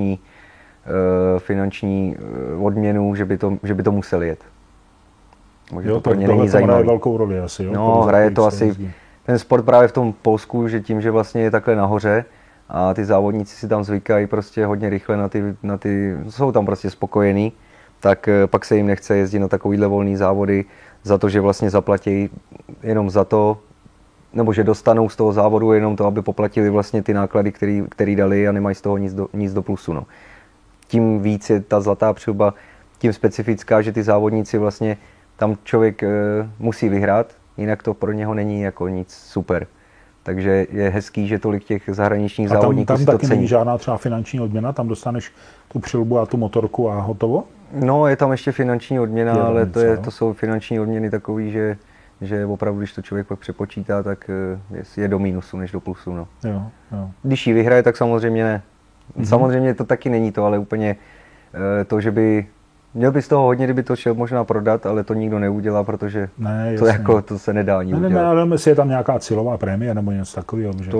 finanční odměnu, že by to museli jet. Možná to pro ně není zajímavý. Hraje velkou roli asi. Jo? No, hraje to asi ten sport právě v tom Polsku, že tím, že vlastně je takhle nahoře a ty závodníci si tam zvykají prostě hodně rychle na ty jsou tam prostě spokojení, tak pak se jim nechce jezdit na takovýhle volný závody za to, že vlastně zaplatí jenom za to, nebo že dostanou z toho závodu jenom to, aby poplatili vlastně ty náklady, který dali a nemají z toho nic do plusu. No. Tím víc je ta zlatá přilba tím specifická, že ty závodníci vlastně tam člověk musí vyhrát, jinak to pro něho není jako nic super. Takže je hezký, že tolik těch zahraničních závodníků si to cení. Tam taky není žádná třeba finanční odměna, tam dostaneš tu přilbu a tu motorku a hotovo? No, je tam ještě finanční odměna, ale to jsou finanční odměny takový, že opravdu, když to člověk pak přepočítá, tak je do mínusu než do plusu. No. Jo. Když ji vyhraje, tak samozřejmě ne. Samozřejmě to taky není to, ale úplně to, že by... Měl by z toho hodně, kdyby to šel možná prodat, ale to nikdo neudělá, protože to se nedá ani udělat. Ne, ale jestli je tam nějaká cílová prémie nebo něco takového. Že...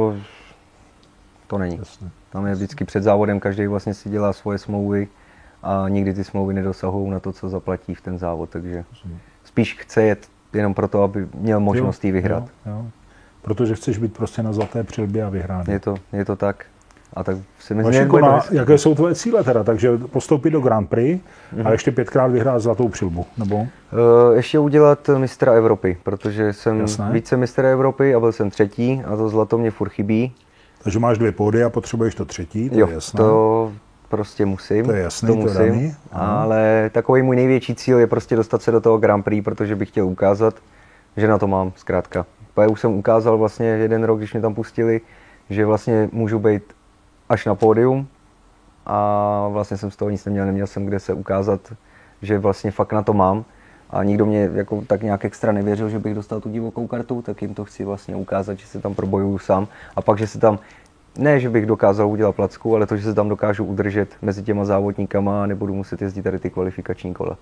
To není. Jasně. Tam je vždycky před závodem, každý vlastně si dělá svoje smlouvy a nikdy ty smlouvy nedosahují na to, co zaplatí v ten závod, takže spíš chce jet jenom proto, aby měl možnost jí vyhrát. Jo. Protože chceš být prostě na zlaté přilbě a vyhrát. Je to tak. A tak si myslím, jaké jsou tvoje cíle teda? Takže postoupit do Grand Prix a ještě 5krát vyhrát zlatou přilbu, nebo? Ještě udělat mistra Evropy, protože jsem více mistr Evropy a byl jsem 3. a to zlato mě furt chybí. Takže máš 2 pódy a potřebuješ to 3, to je jasné. To prostě musím. To je jasný, to musím. Ale takový můj největší cíl je prostě dostat se do toho Grand Prix, protože bych chtěl ukázat, že na to mám zkrátka. Já už jsem ukázal vlastně jeden rok, když mě tam pustili, že vlastně můžu být až na pódium a vlastně jsem z toho nic neměl jsem kde se ukázat, že vlastně fakt na to mám. a nikdo mě jako tak nějak extra nevěřil, že bych dostal tu divokou kartu, tak jim to chci vlastně ukázat, že se tam probojuju sám a pak, že se tam, ne, že bych dokázal udělat placku, ale to, že se tam dokážu udržet mezi těma závodníkama a nebudu muset jezdit tady ty kvalifikační kola.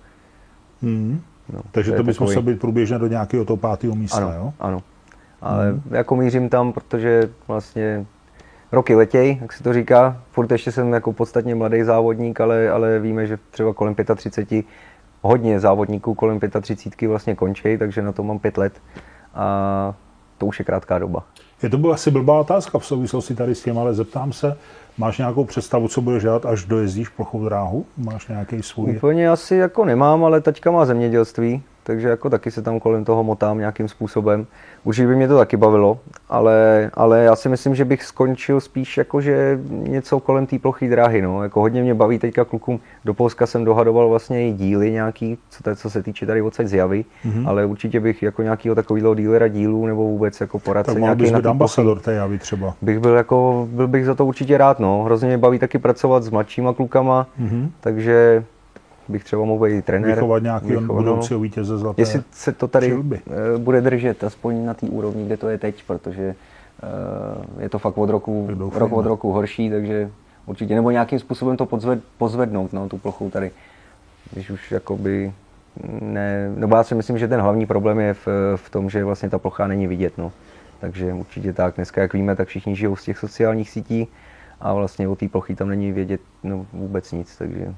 No, takže to bys musel být průběžně do nějakého toho 5. místa, ano, jo? Ano, ale jako mířím tam, protože vlastně roky letěj, jak se to říká, furt ještě jsem jako podstatně mladý závodník, ale víme, že třeba kolem 35, hodně závodníků kolem 35 vlastně končí, takže na to mám 5 let a to už je krátká doba. To byla asi blbá otázka v souvislosti tady s tím, ale zeptám se, máš nějakou představu, co budeš dělat, až dojezdíš plochou dráhu? Máš nějaký svůj? Úplně asi jako nemám, ale taťka má zemědělství, takže jako taky se tam kolem toho motám nějakým způsobem. Určitě by mě to taky bavilo, ale já si myslím, že bych skončil spíš jakože něco kolem té ploché dráhy. No. Jako hodně mě baví teďka klukům, do Polska jsem dohadoval vlastně i díly nějaký, co se týče tady odsaď z Javy, ale určitě bych jako nějakého takového dílera dílů nebo vůbec jako poradce. Tak mohl bys být ambasador té Javy třeba. Byl bych za to určitě rád, no. Hrozně mě baví taky pracovat s mladšíma klukama, takže bych třeba mohl být trenér. Vychovat nějakého budoucího vítěze zlaté Jestli se to tady přilby bude držet, aspoň na té úrovni, kde to je teď, protože je to fakt od roku horší, takže určitě, nebo nějakým způsobem to pozvednout, no, tu plochu tady. Když už jakoby nebo já si myslím, že ten hlavní problém je v tom, že vlastně ta plocha není vidět, no. Takže určitě tak, dneska jak víme, tak všichni žijou z těch sociálních sítí a vlastně o té plochy tam není vědět vůbec nic, takže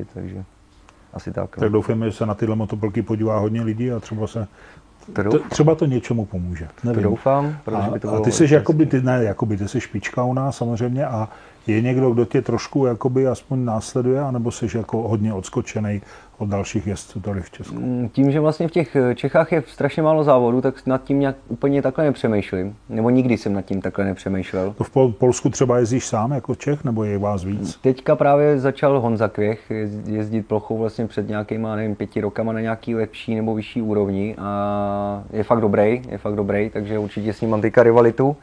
asi tak. Tak doufujeme, že se na tyhle motoplky podívá hodně lidí a třeba to něčemu pomůže. Nevím. To doufám, protože by to bylo... A ty jsi špička u nás samozřejmě a je někdo, kdo tě trošku jakoby aspoň následuje, anebo jsi jako hodně odskočený od dalších jezdců tady v Česku? Tím, že vlastně v těch Čechách je strašně málo závodů, tak nad tím nějak úplně takhle nepřemýšlím. Nebo nikdy jsem nad tím takhle nepřemýšlel. To v Polsku třeba jezdíš sám jako Čech, nebo je vás víc? Teďka právě začal Honza Kvěch jezdit plochou vlastně před nějakýma, 5 rokama na nějaký lepší nebo vyšší úrovni a je fakt dobrý, takže určitě s ním mám teďka rivalitu.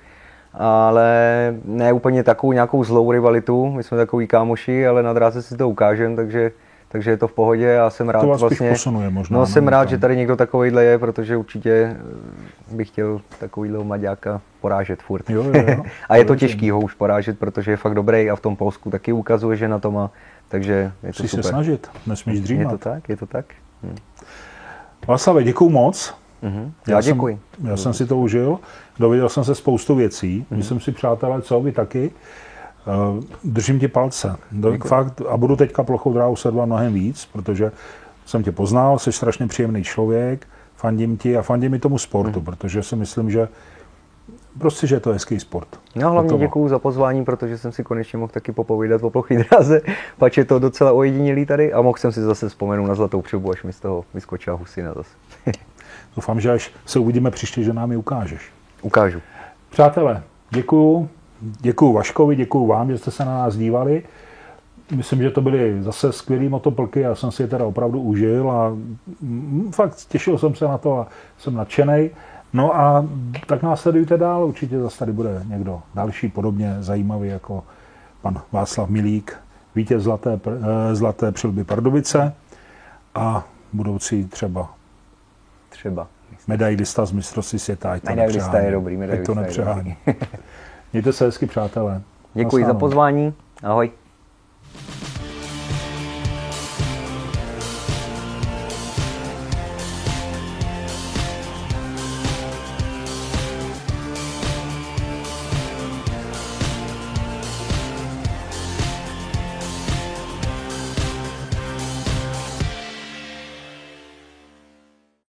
Ale ne úplně takovou nějakou zlou rivalitu, my jsme takový kámoši, ale na dráze si to ukážem, takže je to v pohodě a jsem rád to vás vlastně. Posunuje možná, jsem rád, že tady někdo takovýhle je, protože určitě bych chtěl takovýhle mlaďáka porážet furt. Jo. A je to těžký ho už porážet, protože je fakt dobrý a v tom Polsku taky ukazuje, že na to má, takže je to super. Musíš se snažit, nesmíš dřímat. Je to tak. Václave, děkuju moc. Já děkuji. Já jsem si to užil, dověděl jsem se spoustu věcí, myslím si, přátelé, co vy taky. Držím ti palce. Fakt, a budu teďka plochou dráhu sledovat mnohem víc, protože jsem tě poznal, jsi strašně příjemný člověk, fandím ti a fandím i tomu sportu, protože si myslím, že prostě, že je to hezký sport. No hlavně děkuju za pozvání, protože jsem si konečně mohl taky popovídat o ploché dráze, pač je to docela ojedinělý tady a mohl jsem si zase vzpomenout na zlatou přilbu, až mi z toho vyskočila husina zase. Doufám, že až se uvidíme příště, že nám ji ukážeš. Ukážu. Přátelé, děkuju Vaškovi, děkuju vám, že jste se na nás dívali. Myslím, že to byly zase skvělý motoplky, já jsem si je teda opravdu užil a fakt těšil jsem se na to a jsem nadšenej. No a tak následujte dál, určitě zase tady bude někdo další podobně zajímavý jako pan Václav Milík, vítěz zlaté přilby Pardubice a budoucí třeba medailista z mistrovství světa. Medailista je dobrý, Mějte se hezky, přátelé. Děkuji za pozvání. Ahoj.